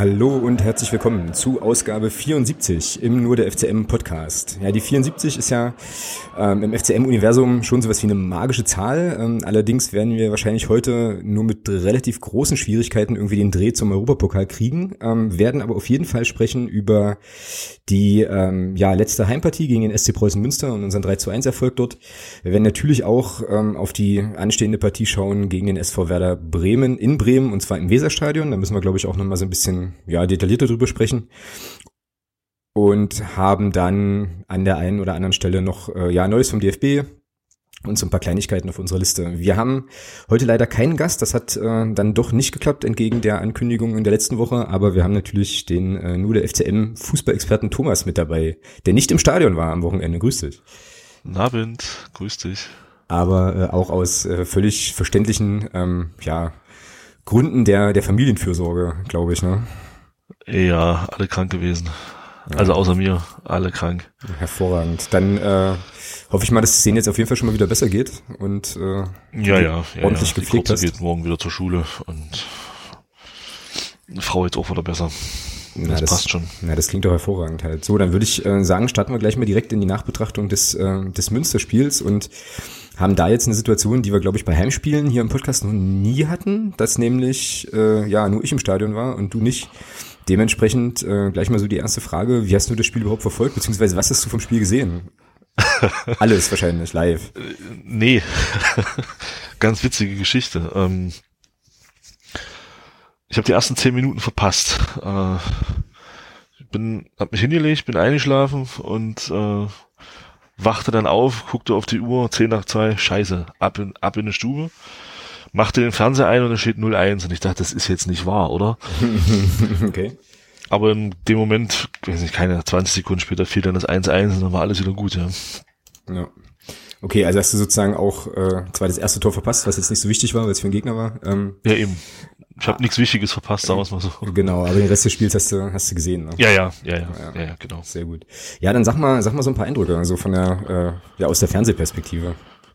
Hallo und herzlich willkommen zu Ausgabe 74 im Nur der FCM Podcast. Ja, die 74 ist ja im FCM-Universum schon sowas wie eine magische Zahl. Allerdings werden wir wahrscheinlich heute nur mit relativ großen Schwierigkeiten irgendwie den Dreh zum Europapokal kriegen, werden aber auf jeden Fall sprechen über die letzte Heimpartie gegen den SC Preußen Münster und unseren 3:1 Erfolg dort. Wir werden natürlich auch auf die anstehende Partie schauen gegen den SV Werder Bremen in Bremen, und zwar im Weserstadion. Da müssen wir, glaube ich, auch nochmal so ein bisschen detaillierter drüber sprechen. Und haben dann an der einen oder anderen Stelle noch Neues vom DFB und so ein paar Kleinigkeiten auf unserer Liste. Wir haben heute leider keinen Gast, das hat dann doch nicht geklappt, entgegen der Ankündigung in der letzten Woche, aber wir haben natürlich den Nur der FCM Fußballexperten Thomas mit dabei, der nicht im Stadion war am Wochenende. Grüß dich. Guten Abend, grüß dich. Aber auch aus völlig verständlichen Gründen der Familienfürsorge, glaube ich, ne? Ja, alle krank gewesen. Also außer mir, alle krank. Hervorragend. Dann hoffe ich mal, dass es denen jetzt auf jeden Fall schon mal wieder besser geht und ordentlich gepflegt hast. Die geht morgen wieder zur Schule und die Frau jetzt auch wieder besser. Das passt schon. Ja, das klingt doch hervorragend halt. So, dann würde ich sagen, starten wir gleich mal direkt in die Nachbetrachtung des Münsterspiels und haben da jetzt eine Situation, die wir, glaube ich, bei Heimspielen hier im Podcast noch nie hatten, dass nämlich nur ich im Stadion war und du nicht. Dementsprechend gleich mal so die erste Frage: Wie hast du das Spiel überhaupt verfolgt, beziehungsweise was hast du vom Spiel gesehen? Alles wahrscheinlich live. Nee, ganz witzige Geschichte. Ich habe die ersten 10 Minuten verpasst. Hab mich hingelegt, bin eingeschlafen und wachte dann auf, guckte auf die Uhr, 10 nach 2, scheiße, ab in die Stube, machte den Fernseher ein und da steht 0-1 und ich dachte, das ist jetzt nicht wahr, oder? Okay. Aber in dem Moment, weiß nicht, keine 20 Sekunden später fiel dann das 1-1 und dann war alles wieder gut, ja. Ja. Okay, also hast du sozusagen auch zwar das erste Tor verpasst, was jetzt nicht so wichtig war, weil es für den Gegner war. Ja, eben. Ich habe nichts Wichtiges verpasst, sagen wir es mal so. Genau, aber den Rest des Spiels hast du gesehen, ne? Ja, genau. Sehr gut. Ja, dann sag mal so ein paar Eindrücke, also von aus der Fernsehperspektive.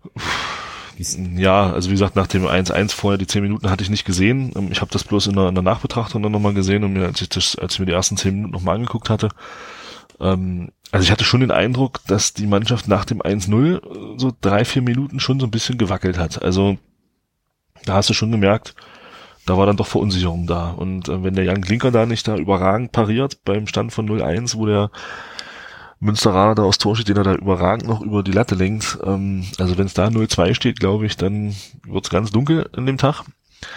Ja, also wie gesagt, nach dem 1-1 vorher, die 10 Minuten hatte ich nicht gesehen. Ich habe das bloß in der Nachbetrachtung dann nochmal gesehen und als ich mir die ersten 10 Minuten nochmal angeguckt hatte, also ich hatte schon den Eindruck, dass die Mannschaft nach dem 1-0 so 3-4 Minuten schon so ein bisschen gewackelt hat. Also da hast du schon gemerkt, da war dann doch Verunsicherung da. Und wenn der Jan Klinker da nicht da überragend pariert beim Stand von 0-1, wo der Münsteraner da aus Tor steht, den er da überragend noch über die Latte lenkt. Also wenn es da 0-2 steht, glaube ich, dann wird es ganz dunkel an dem Tag.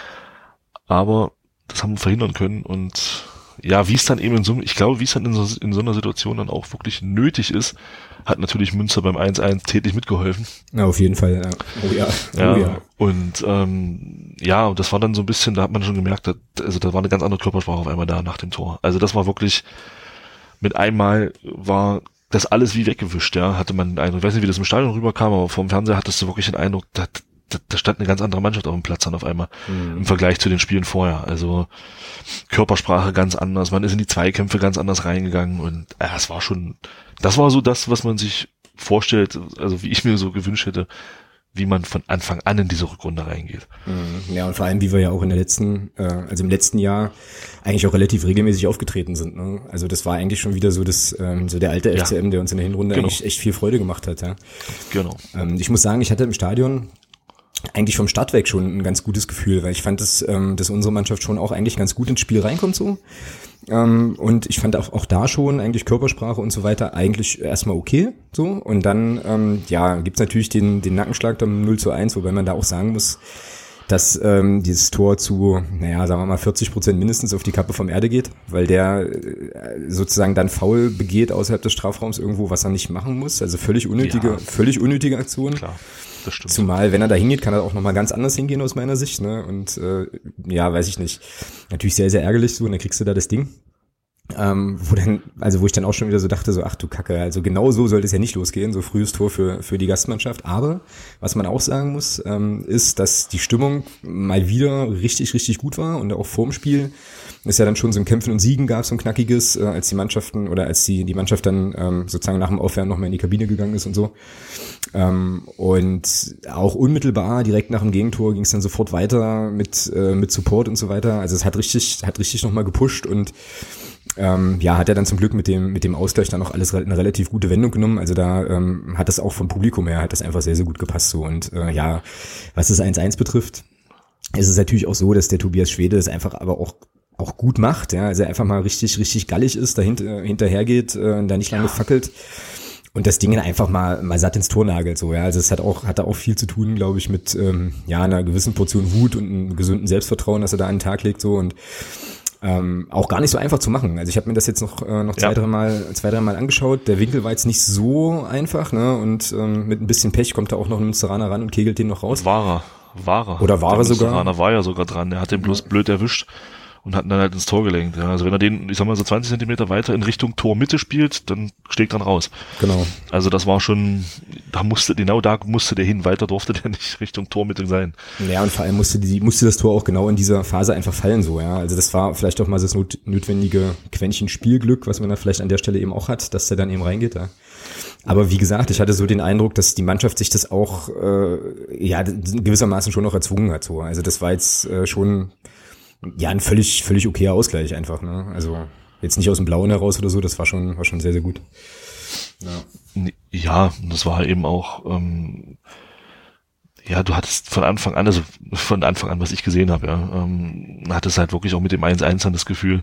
Aber das haben wir verhindern können. Und ja, wie es dann eben in so einer Situation dann auch wirklich nötig ist, hat natürlich Münster beim 1-1 täglich mitgeholfen. Na, auf jeden Fall, ja. Oh ja. Und und das war dann so ein bisschen, da hat man schon gemerkt, da war eine ganz andere Körpersprache auf einmal da nach dem Tor. Also das war wirklich, mit einmal war das alles wie weggewischt, ja, hatte man den Eindruck. Ich weiß nicht, wie das im Stadion rüberkam, aber vom Fernseher hattest du wirklich den Eindruck, da stand eine ganz andere Mannschaft auf dem Platz dann auf einmal im Vergleich zu den Spielen vorher. Also Körpersprache ganz anders, man ist in die Zweikämpfe ganz anders reingegangen und das war so das, was man sich vorstellt, also wie ich mir so gewünscht hätte, wie man von Anfang an in diese Rückrunde reingeht. Ja, und vor allem, wie wir ja auch im letzten Jahr eigentlich auch relativ regelmäßig aufgetreten sind, ne? Also das war eigentlich schon wieder so der alte FCM, der uns in der Hinrunde eigentlich echt viel Freude gemacht hat, ja. Genau. Ich muss sagen, ich hatte im Stadion eigentlich vom Start weg schon ein ganz gutes Gefühl, weil ich fand, dass unsere Mannschaft schon auch eigentlich ganz gut ins Spiel reinkommt so. Und ich fand auch da schon eigentlich Körpersprache und so weiter eigentlich erstmal okay, so. Und dann, gibt's natürlich den Nackenschlag dann 0-1, wobei man da auch sagen muss, dass dieses Tor zu, sagen wir mal 40% mindestens auf die Kappe vom Erde geht, weil der sozusagen dann Foul begeht außerhalb des Strafraums irgendwo, was er nicht machen muss. Also völlig unnötige Aktion. Klar. Das stimmt. Zumal, wenn er da hingeht, kann er auch nochmal ganz anders hingehen aus meiner Sicht, ne? Und weiß ich nicht. Natürlich sehr, sehr ärgerlich so, und dann kriegst du da das Ding. Wo ich dann auch schon wieder so dachte, so, ach du Kacke, also genau so sollte es ja nicht losgehen, so frühes Tor für die Gastmannschaft. Aber was man auch sagen muss, ist, dass die Stimmung mal wieder richtig, richtig gut war und auch vorm Spiel ist ja dann schon so ein Kämpfen und Siegen gab, so ein knackiges, als die Mannschaften oder als die Mannschaft dann sozusagen nach dem Aufwärmen nochmal in die Kabine gegangen ist und so. Und auch unmittelbar, direkt nach dem Gegentor ging es dann sofort weiter mit Support und so weiter. Also es hat richtig nochmal gepusht und hat er dann zum Glück mit dem Ausgleich dann auch alles eine relativ gute Wendung genommen. Also da hat das auch vom Publikum her, hat das einfach sehr, sehr gut gepasst so. Und was das 1-1 betrifft, ist es natürlich auch so, dass der Tobias Schwede es einfach aber auch gut macht, ja, also er einfach mal richtig gallig ist, hinterhergeht, da nicht lange fackelt und das Ding einfach mal satt ins Tor nagelt, so, ja, also es hat da auch viel zu tun, glaube ich, mit einer gewissen Portion Wut und einem gesunden Selbstvertrauen, dass er da an den Tag legt, so, und auch gar nicht so einfach zu machen. Also ich habe mir das jetzt noch zwei, dreimal angeschaut. Der Winkel war jetzt nicht so einfach, ne? Und mit ein bisschen Pech kommt da auch noch ein Münsteraner ran und kegelt den noch raus. War er. Oder war er sogar? Der Münsteraner war ja sogar dran. Der hat den bloß blöd erwischt und hat ihn dann halt ins Tor gelenkt. Ja, also wenn er den, ich sag mal, so 20 Zentimeter weiter in Richtung Tormitte spielt, dann schlägt er raus. Genau. Also das war schon, da musste der hin, weiter durfte der nicht Richtung Tormitte sein. Ja, und vor allem musste das Tor auch genau in dieser Phase einfach fallen, so, ja. Also das war vielleicht auch mal das notwendige Quäntchen Spielglück, was man da vielleicht an der Stelle eben auch hat, dass der dann eben reingeht, ja. Aber wie gesagt, ich hatte so den Eindruck, dass die Mannschaft sich das auch, gewissermaßen schon noch erzwungen hat, so. Also das war jetzt schon, ein völlig okayer Ausgleich einfach, ne? Also jetzt nicht aus dem Blauen heraus oder so, das war schon sehr, sehr gut. Ja, das war eben auch, du hattest von Anfang an, was ich gesehen habe, hattest halt wirklich auch mit dem 1-1 dann das Gefühl,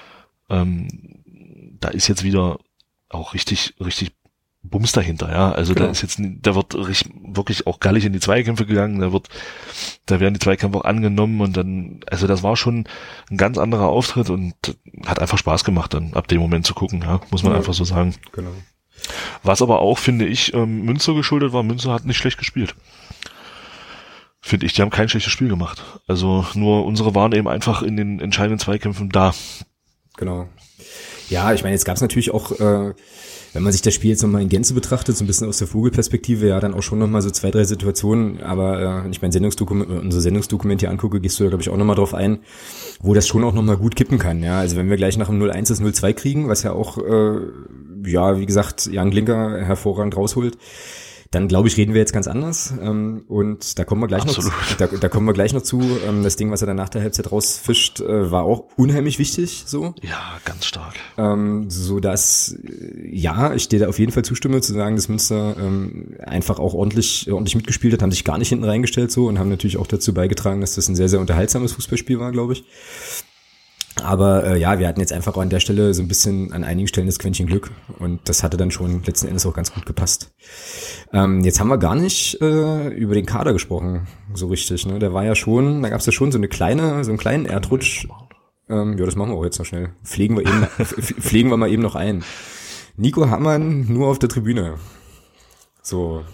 da ist jetzt wieder auch richtig Bums dahinter, ja. Also genau. Da wird wirklich auch gallig in die Zweikämpfe gegangen, da werden die Zweikämpfe auch angenommen und dann, also das war schon ein ganz anderer Auftritt und hat einfach Spaß gemacht, dann ab dem Moment zu gucken, ja, muss man einfach so sagen. Genau. Was aber auch, finde ich, Münster geschuldet war, Münster hat nicht schlecht gespielt. Finde ich, die haben kein schlechtes Spiel gemacht. Also nur unsere waren eben einfach in den entscheidenden Zweikämpfen da. Genau. Ja, ich meine, jetzt gab es natürlich auch, wenn man sich das Spiel jetzt nochmal in Gänze betrachtet, so ein bisschen aus der Vogelperspektive, ja, dann auch schon nochmal so 2, 3 Situationen, aber wenn ich unser Sendungsdokument hier angucke, gehst du da, glaube ich, auch nochmal drauf ein, wo das schon auch nochmal gut kippen kann, ja, also wenn wir gleich nach dem 0-1 das 0-2 kriegen, was ja auch, wie gesagt, Jan Glinker hervorragend rausholt, dann glaube ich, reden wir jetzt ganz anders und da kommen wir gleich noch zu. Das Ding, was er dann nach der Halbzeit rausfischt, war auch unheimlich wichtig, so. Ja, ganz stark. So dass ich dir da auf jeden Fall zustimme, zu sagen, dass Münster einfach auch ordentlich mitgespielt hat, haben sich gar nicht hinten reingestellt so und haben natürlich auch dazu beigetragen, dass das ein sehr, sehr unterhaltsames Fußballspiel war, glaube ich. Aber wir hatten jetzt einfach auch an der Stelle so ein bisschen an einigen Stellen das Quäntchen Glück und das hatte dann schon letzten Endes auch ganz gut gepasst. Jetzt haben wir gar nicht über den Kader gesprochen, so richtig. Ne? Da gab es ja schon so einen kleinen Erdrutsch. Das machen wir auch jetzt noch schnell. Pflegen wir mal eben noch ein. Nico Hammann nur auf der Tribüne. So.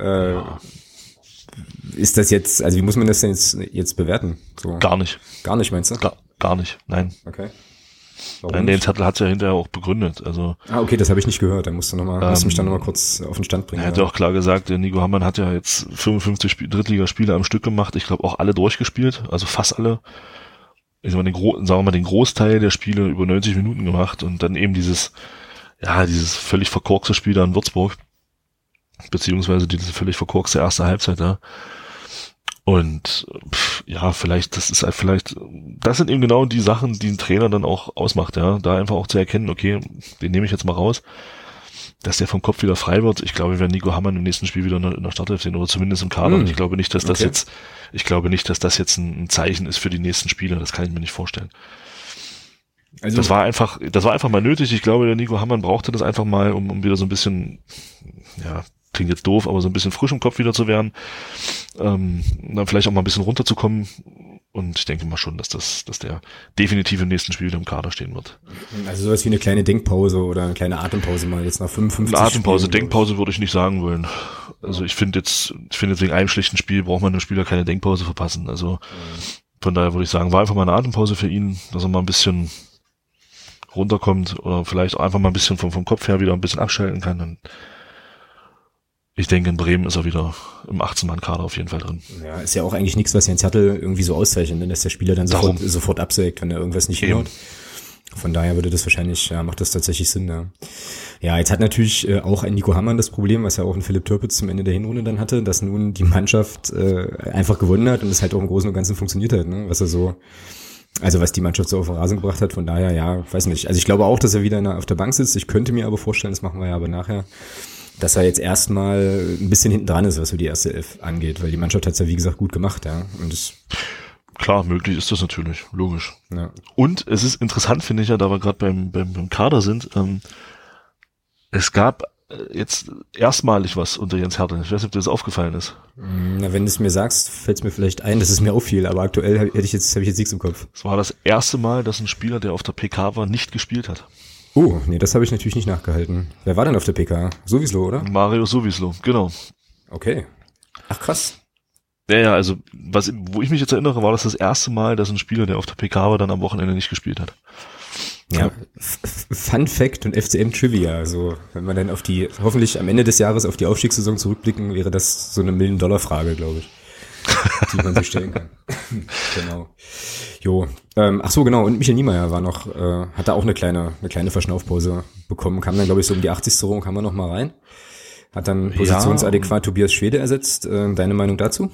Ist das jetzt, also wie muss man das denn jetzt bewerten? So. Gar nicht. Gar nicht, meinst du? Gar nicht, nein. Okay. Warum den Zettel hat's ja hinterher auch begründet. Also okay, das habe ich nicht gehört. Da musst du mich dann nochmal kurz auf den Stand bringen. Er hat ja auch klar gesagt, der Nico Hammann hat ja jetzt 55 Drittligaspiele am Stück gemacht. Ich glaube auch alle durchgespielt, also fast alle. Ich sag mal, den Großteil der Spiele über 90 Minuten gemacht und dann eben dieses völlig verkorkste Spiel da in Würzburg. Beziehungsweise diese völlig verkorkste erste Halbzeit da. Und das sind eben genau die Sachen, die ein Trainer dann auch ausmacht, ja. Da einfach auch zu erkennen, okay, den nehme ich jetzt mal raus, dass der vom Kopf wieder frei wird. Ich glaube, wir werden Nico Hammann im nächsten Spiel wieder in der Startelf sehen oder zumindest im Kader. Und ich glaube nicht, dass das jetzt ein Zeichen ist für die nächsten Spiele. Das kann ich mir nicht vorstellen. Also das war einfach mal nötig. Ich glaube, der Nico Hammann brauchte das einfach mal, um wieder so ein bisschen, klingt jetzt doof, aber so ein bisschen frisch im Kopf wieder zu werden, dann vielleicht auch mal ein bisschen runterzukommen und ich denke mal schon, dass der definitiv im nächsten Spiel wieder im Kader stehen wird. Also sowas wie eine kleine Denkpause oder eine kleine Atempause mal jetzt nach 55 Eine Atempause, Spielen, Denkpause würde ich nicht sagen wollen. Also ich finde jetzt wegen einem schlechten Spiel braucht man dem Spieler keine Denkpause verpassen. Also von daher würde ich sagen, war einfach mal eine Atempause für ihn, dass er mal ein bisschen runterkommt oder vielleicht auch einfach mal ein bisschen vom Kopf her wieder ein bisschen abschalten kann und ich denke, in Bremen ist er wieder im 18-Mann-Kader auf jeden Fall drin. Ja, ist ja auch eigentlich nichts, was Jens Hertel irgendwie so auszeichnet, ne? Dass der Spieler dann sofort absägt, wenn er irgendwas nicht hinhaut. Von daher würde das wahrscheinlich, macht das tatsächlich Sinn, ja. Ja, jetzt hat natürlich auch ein Nico Hamann das Problem, was ja auch ein Philipp Türpitz zum Ende der Hinrunde dann hatte, dass nun die Mannschaft einfach gewonnen hat und es halt auch im Großen und Ganzen funktioniert hat, ne? Was die Mannschaft so auf den Rasen gebracht hat. Von daher, ja, weiß nicht. Also ich glaube auch, dass er wieder auf der Bank sitzt. Ich könnte mir aber vorstellen, das machen wir ja aber nachher, dass er jetzt erstmal ein bisschen hinten dran ist, was so die erste Elf angeht, weil die Mannschaft hat es ja, wie gesagt, gut gemacht, ja. Und klar, möglich ist das natürlich, logisch. Ja. Und es ist interessant, finde ich ja, da wir gerade beim Kader sind, es gab jetzt erstmalig was unter Jens Hertel. Ich weiß nicht, ob dir das aufgefallen ist. Na, wenn du es mir sagst, fällt es mir vielleicht ein, dass es mir auffiel, aber aktuell habe ich jetzt nichts im Kopf. Es war das erste Mal, dass ein Spieler, der auf der PK war, nicht gespielt hat. Oh, nee, das habe ich natürlich nicht nachgehalten. Wer war denn auf der PK? Sowieso, oder? Mario Sowieso, genau. Okay. Ach, krass. Ja, also wo ich mich jetzt erinnere, war das erste Mal, dass ein Spieler, der auf der PK war, dann am Wochenende nicht gespielt hat. Ja, Fun Fact und FCM Trivia. Also, wenn wir dann hoffentlich am Ende des Jahres auf die Aufstiegssaison zurückblicken, wäre das so eine $1 Million-Frage, glaube ich, die man sich stellen kann. Genau. Jo. Ach so, genau. Und Michael Niemeyer war noch, hat da auch eine kleine Verschnaufpause bekommen. Kam dann, glaube ich, so um die 80. rum, kam er noch mal rein. Hat dann positionsadäquat Tobias Schwede ersetzt. Deine Meinung dazu?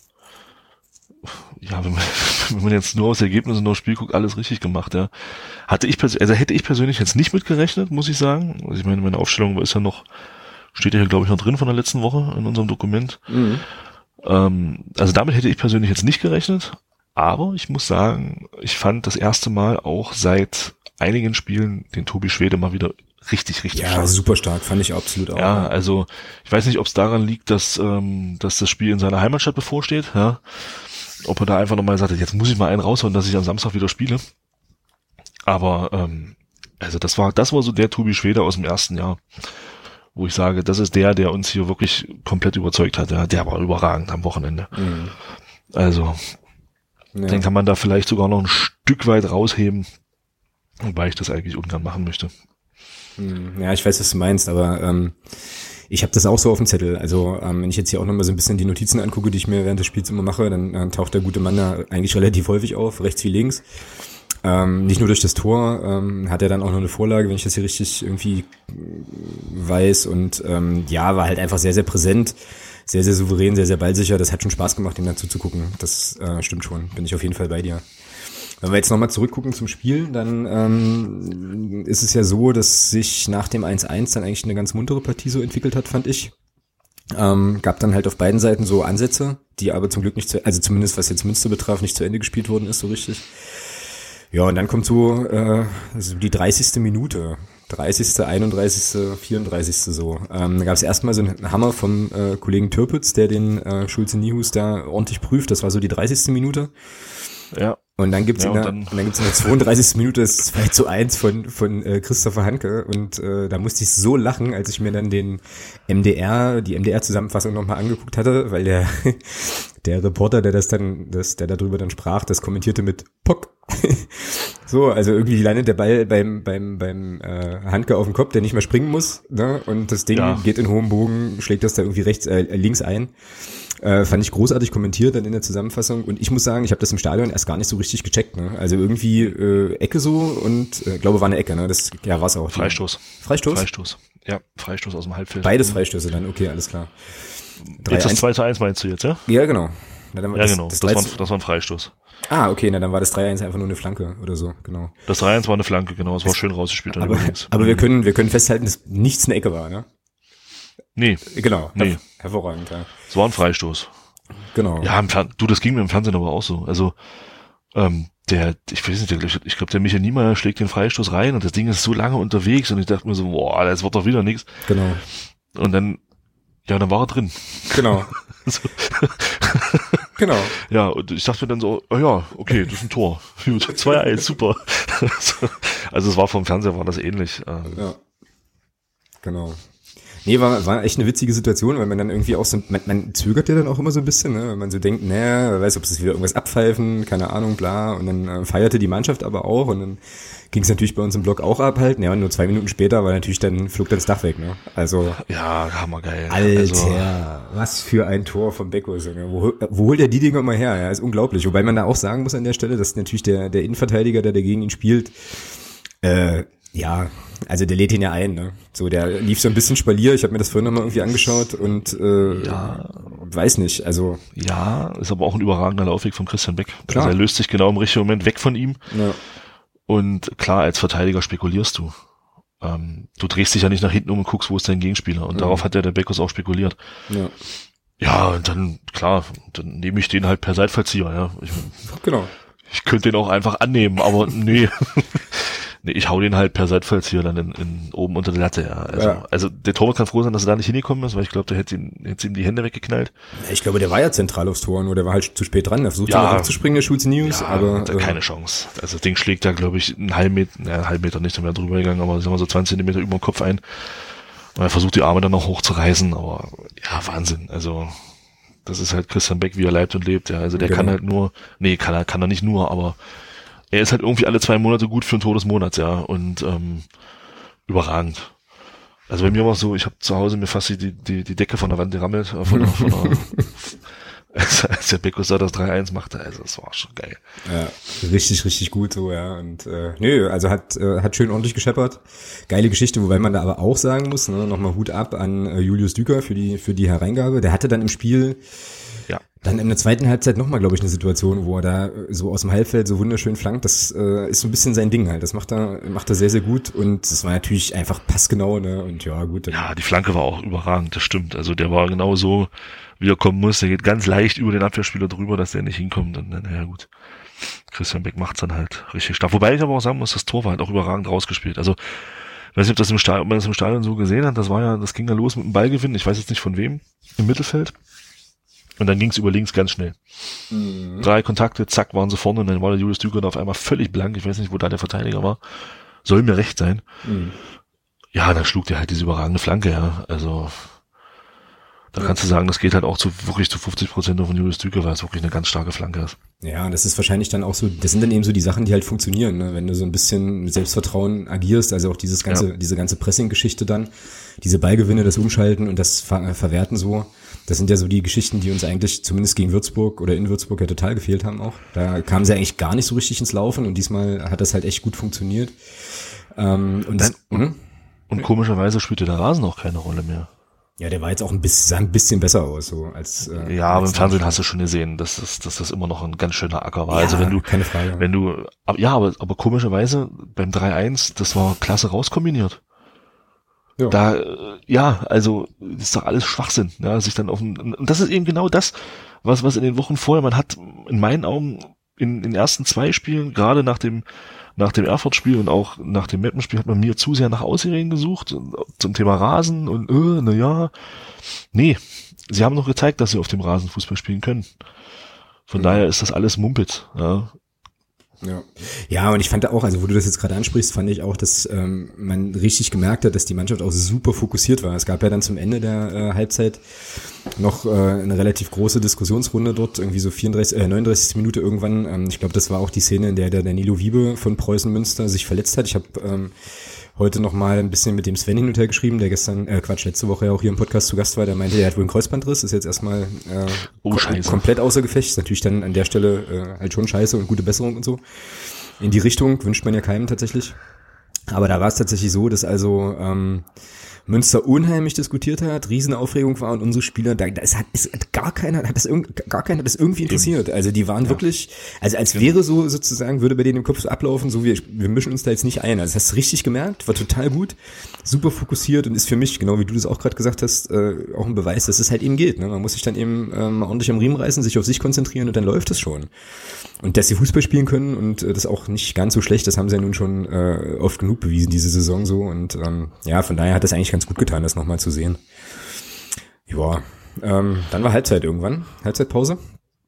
Ja, wenn man jetzt nur aus Ergebnissen und aufs Spiel guckt, alles richtig gemacht, ja. Hätte ich persönlich jetzt nicht mitgerechnet, muss ich sagen. Also ich meine Aufstellung ist ja noch, steht ja hier, glaube ich, noch drin von der letzten Woche in unserem Dokument. Mhm. Also damit hätte ich persönlich jetzt nicht gerechnet, aber ich muss sagen, ich fand das erste Mal auch seit einigen Spielen den Tobi Schwede mal wieder richtig stark. Ja, super stark, fand ich absolut auch. Ja, also ich weiß nicht, ob es daran liegt, dass das Spiel in seiner Heimatstadt bevorsteht, ja. Ob er da einfach nochmal sagt, jetzt muss ich mal einen raushauen, dass ich am Samstag wieder spiele. Aber also das war so der Tobi Schwede aus dem ersten Jahr, wo ich sage, das ist der uns hier wirklich komplett überzeugt hat. Ja, der war überragend am Wochenende. Mhm. Also den kann man da vielleicht sogar noch ein Stück weit rausheben, wobei ich das eigentlich ungern machen möchte. Ja, ich weiß, was du meinst, aber ich habe das auch so auf dem Zettel. Also wenn ich jetzt hier auch nochmal so ein bisschen die Notizen angucke, die ich mir während des Spiels immer mache, dann taucht der gute Mann da eigentlich relativ häufig auf, rechts wie links. Nicht nur durch das Tor, hat er dann auch noch eine Vorlage, wenn ich das hier richtig irgendwie weiß. Und war halt einfach sehr, sehr präsent, sehr, sehr souverän, sehr, sehr ballsicher. Das hat schon Spaß gemacht, ihm dazu zu gucken. Das stimmt schon, bin ich auf jeden Fall bei dir. Wenn wir jetzt nochmal zurückgucken zum Spiel, dann ist es ja so, dass sich nach dem 1-1 dann eigentlich eine ganz muntere Partie so entwickelt hat, fand ich. Gab dann halt auf beiden Seiten so Ansätze, die aber zum Glück nicht also zumindest was jetzt Münster betraf, nicht zu Ende gespielt worden ist so richtig. Ja, und dann kommt so also die 30. Minute, 30., 31., 34. so. Da gab es erstmal so einen Hammer vom Kollegen Türpitz, der den Schulze-Nihus da ordentlich prüft. Das war so die 30. Minute. Ja. Und dann gibt's in der 32. Minute das 2:1 von Christopher Hanke und da musste ich so lachen, als ich mir dann die MDR-Zusammenfassung nochmal angeguckt hatte, weil der Reporter, der darüber dann sprach, das kommentierte mit Pock. So, also irgendwie landet der Ball beim Hanke auf dem Kopf, der nicht mehr springen muss, ne? Und das Ding geht in hohem Bogen, schlägt das da irgendwie links ein. Fand ich großartig kommentiert dann in der Zusammenfassung und ich muss sagen, ich habe das im Stadion erst gar nicht so richtig gecheckt, ne? Also irgendwie Ecke so und glaube war eine Ecke, ne? Das war's auch. Freistoß. Ja, Freistoß aus dem Halbfeld. Beides Freistöße dann, okay, alles klar. Jetzt das 2:1 meinst du jetzt, ja? Ja, genau. Genau, das war ein Freistoß. Ah, okay, dann war das 3:1 einfach nur eine Flanke oder so, genau. Das 3:1 war eine Flanke, genau, es war schön rausgespielt. Aber wir können festhalten, dass nichts eine Ecke war, ne? Nee. Genau. Nee. Hervorragend, ja. Es war ein Freistoß. Genau. Ja, das ging mir im Fernsehen aber auch so. Also, ich glaube, der Michael Niemeyer schlägt den Freistoß rein und das Ding ist so lange unterwegs und ich dachte mir so, boah, das wird doch wieder nichts. Genau. Und dann war er drin. Genau. So. Genau. Ja, und ich dachte mir dann so, okay, das ist ein Tor. Gut, 2:1, super. Also es war vom Fernseher, war das ähnlich. Ja. Genau. Nee, war echt eine witzige Situation, weil man dann irgendwie auch so, man zögert ja dann auch immer so ein bisschen, ne, wenn man so denkt, wer weiß, ob sie wieder irgendwas abpfeifen, keine Ahnung, bla, und dann feierte die Mannschaft aber auch und dann ging es natürlich bei uns im Blog auch ab halt, ja, und nur 2 Minuten später war natürlich flog dann das Dach weg, ne, also. Ja, hammergeil. Alter, also, was für ein Tor von Becko, so, ne? Wo holt er die Dinger immer her, ja, ist unglaublich, wobei man da auch sagen muss an der Stelle, dass natürlich der Innenverteidiger, der gegen ihn spielt, ja, also der lädt ihn ja ein, ne? So, der lief so ein bisschen Spalier, ich habe mir das vorhin nochmal irgendwie angeschaut und weiß nicht, also. Ja, ist aber auch ein überragender Laufweg von Christian Beck. Klar. Also er löst sich genau im richtigen Moment weg von ihm. Ja. Und klar, als Verteidiger spekulierst du. Du drehst dich ja nicht nach hinten um und guckst, wo ist dein Gegenspieler. Und darauf hat der Beckus auch spekuliert. Ja. Ja, und dann, klar, dann nehme ich den halt per Seitfallzieher, ja. Genau. Ich könnte den auch einfach annehmen, aber nee. Nee, ich hau den halt per Seitfallzieher dann in oben unter der Latte, ja. Also der Torwart kann froh sein, dass er da nicht hingekommen ist, weil ich glaube, der hätte ihm die Hände weggeknallt. Ich glaube, der war ja zentral aufs Tor, nur der war halt zu spät dran. Der versucht ja aufzuspringen, der Shoots News, ja, aber keine Chance. Also das Ding schlägt da, glaube ich, einen halben Meter nicht mehr drüber gegangen, aber sagen wir so 20 Zentimeter über den Kopf ein. Und er versucht die Arme dann noch hochzureißen, aber ja, Wahnsinn. Also das ist halt Christian Beck, wie er leibt und lebt. Ja, also der kann halt nur, kann er nicht nur, aber er ist halt irgendwie alle 2 Monate gut für einen Tor des Monats, ja, und überragend. Also bei mir war es so, ich habe zu Hause mir fast die Decke von der Wand gerammelt, als der Beckus da das 3-1 machte, also das war schon geil. Ja, richtig, richtig gut so, ja. Und also hat schön ordentlich gescheppert. Geile Geschichte, wobei man da aber auch sagen muss, ne, nochmal Hut ab an Julius Düker für die Hereingabe. Der hatte dann im Spiel dann in der zweiten Halbzeit nochmal, glaube ich, eine Situation, wo er da so aus dem Halbfeld so wunderschön flankt. Das ist so ein bisschen sein Ding halt. Das macht er sehr, sehr gut. Und das war natürlich einfach passgenau, ne? Und ja, gut. Ja, die Flanke war auch überragend, das stimmt. Also der war genau so, wie er kommen muss. Der geht ganz leicht über den Abwehrspieler drüber, dass der nicht hinkommt. Und dann, ja gut. Christian Beck macht's dann halt richtig stark. Wobei ich aber auch sagen muss, das Tor war halt auch überragend rausgespielt. Also, ich weiß nicht, ob man das im Stadion so gesehen hat. Das ging ja los mit dem Ballgewinn. Ich weiß jetzt nicht von wem. Im Mittelfeld. Und dann ging's über links ganz schnell. 3 Kontakte, zack, waren sie vorne und dann war der Julius Düker auf einmal völlig blank. Ich weiß nicht, wo da der Verteidiger war. Soll mir recht sein. Ja, dann schlug der halt diese überragende Flanke, ja. Also, da kannst du sagen, das geht halt auch wirklich zu 50% auf den Julius Düker, weil es wirklich eine ganz starke Flanke ist. Ja, das ist wahrscheinlich dann auch so, das sind dann eben so die Sachen, die halt funktionieren, ne? Wenn du so ein bisschen mit Selbstvertrauen agierst, also auch diese ganze Pressing-Geschichte dann, diese Ballgewinne, das Umschalten und das Verwerten so. Das sind ja so die Geschichten, die uns eigentlich zumindest gegen Würzburg oder in Würzburg ja total gefehlt haben auch. Da kamen sie eigentlich gar nicht so richtig ins Laufen und diesmal hat das halt echt gut funktioniert. Und komischerweise spielte der Rasen auch keine Rolle mehr. Ja, der war jetzt auch sah ein bisschen besser aus, so als. Ja, aber im Fernsehen hast du schon gesehen, dass das immer noch ein ganz schöner Acker war. Ja, also keine Frage. Aber komischerweise beim 3-1, das war klasse rauskombiniert. Ja. Also das ist doch alles Schwachsinn, ja, sich dann und das ist eben genau das, was in den Wochen vorher, man hat in meinen Augen in den ersten 2 Spielen, gerade nach dem Erfurt-Spiel und auch nach dem Meppen-Spiel, hat man mir zu sehr nach Ausreden gesucht zum Thema Rasen und nee, sie haben noch gezeigt, dass sie auf dem Rasen Fußball spielen können. Von daher ist das alles Mumpitz, ja. Ja, und ich fand auch, also wo du das jetzt gerade ansprichst, fand ich auch, dass man richtig gemerkt hat, dass die Mannschaft auch super fokussiert war. Es gab ja dann zum Ende der Halbzeit noch eine relativ große Diskussionsrunde dort, irgendwie so 39. Minute irgendwann. Ich glaube, das war auch die Szene, in der der Danilo Wiebe von Preußen Münster sich verletzt hat. Ich habe heute noch mal ein bisschen mit dem Sven hin und her geschrieben, der letzte Woche ja auch hier im Podcast zu Gast war, der meinte, er hat wohl einen Kreuzbandriss, ist jetzt erstmal komplett außer Gefecht, ist natürlich dann an der Stelle halt schon scheiße und gute Besserung und so. In die Richtung wünscht man ja keinem tatsächlich. Aber da war es tatsächlich so, dass also Münster unheimlich diskutiert hat, Riesenaufregung war und unsere Spieler, gar keiner hat das irgendwie interessiert. Also die waren wirklich, also als wäre so sozusagen, würde bei denen im Kopf so ablaufen, so wir mischen uns da jetzt nicht ein. Also das hast du richtig gemerkt, war total gut, super fokussiert und ist für mich, genau wie du das auch gerade gesagt hast, auch ein Beweis, dass es halt eben geht. Ne? Man muss sich dann eben mal ordentlich am Riemen reißen, sich auf sich konzentrieren und dann läuft es schon. Und dass sie Fußball spielen können und das auch nicht ganz so schlecht, das haben sie ja nun schon oft genug bewiesen, diese Saison so. Und von daher hat das eigentlich ganz gut getan, das nochmal zu sehen. Ja, dann war Halbzeit irgendwann, Halbzeitpause.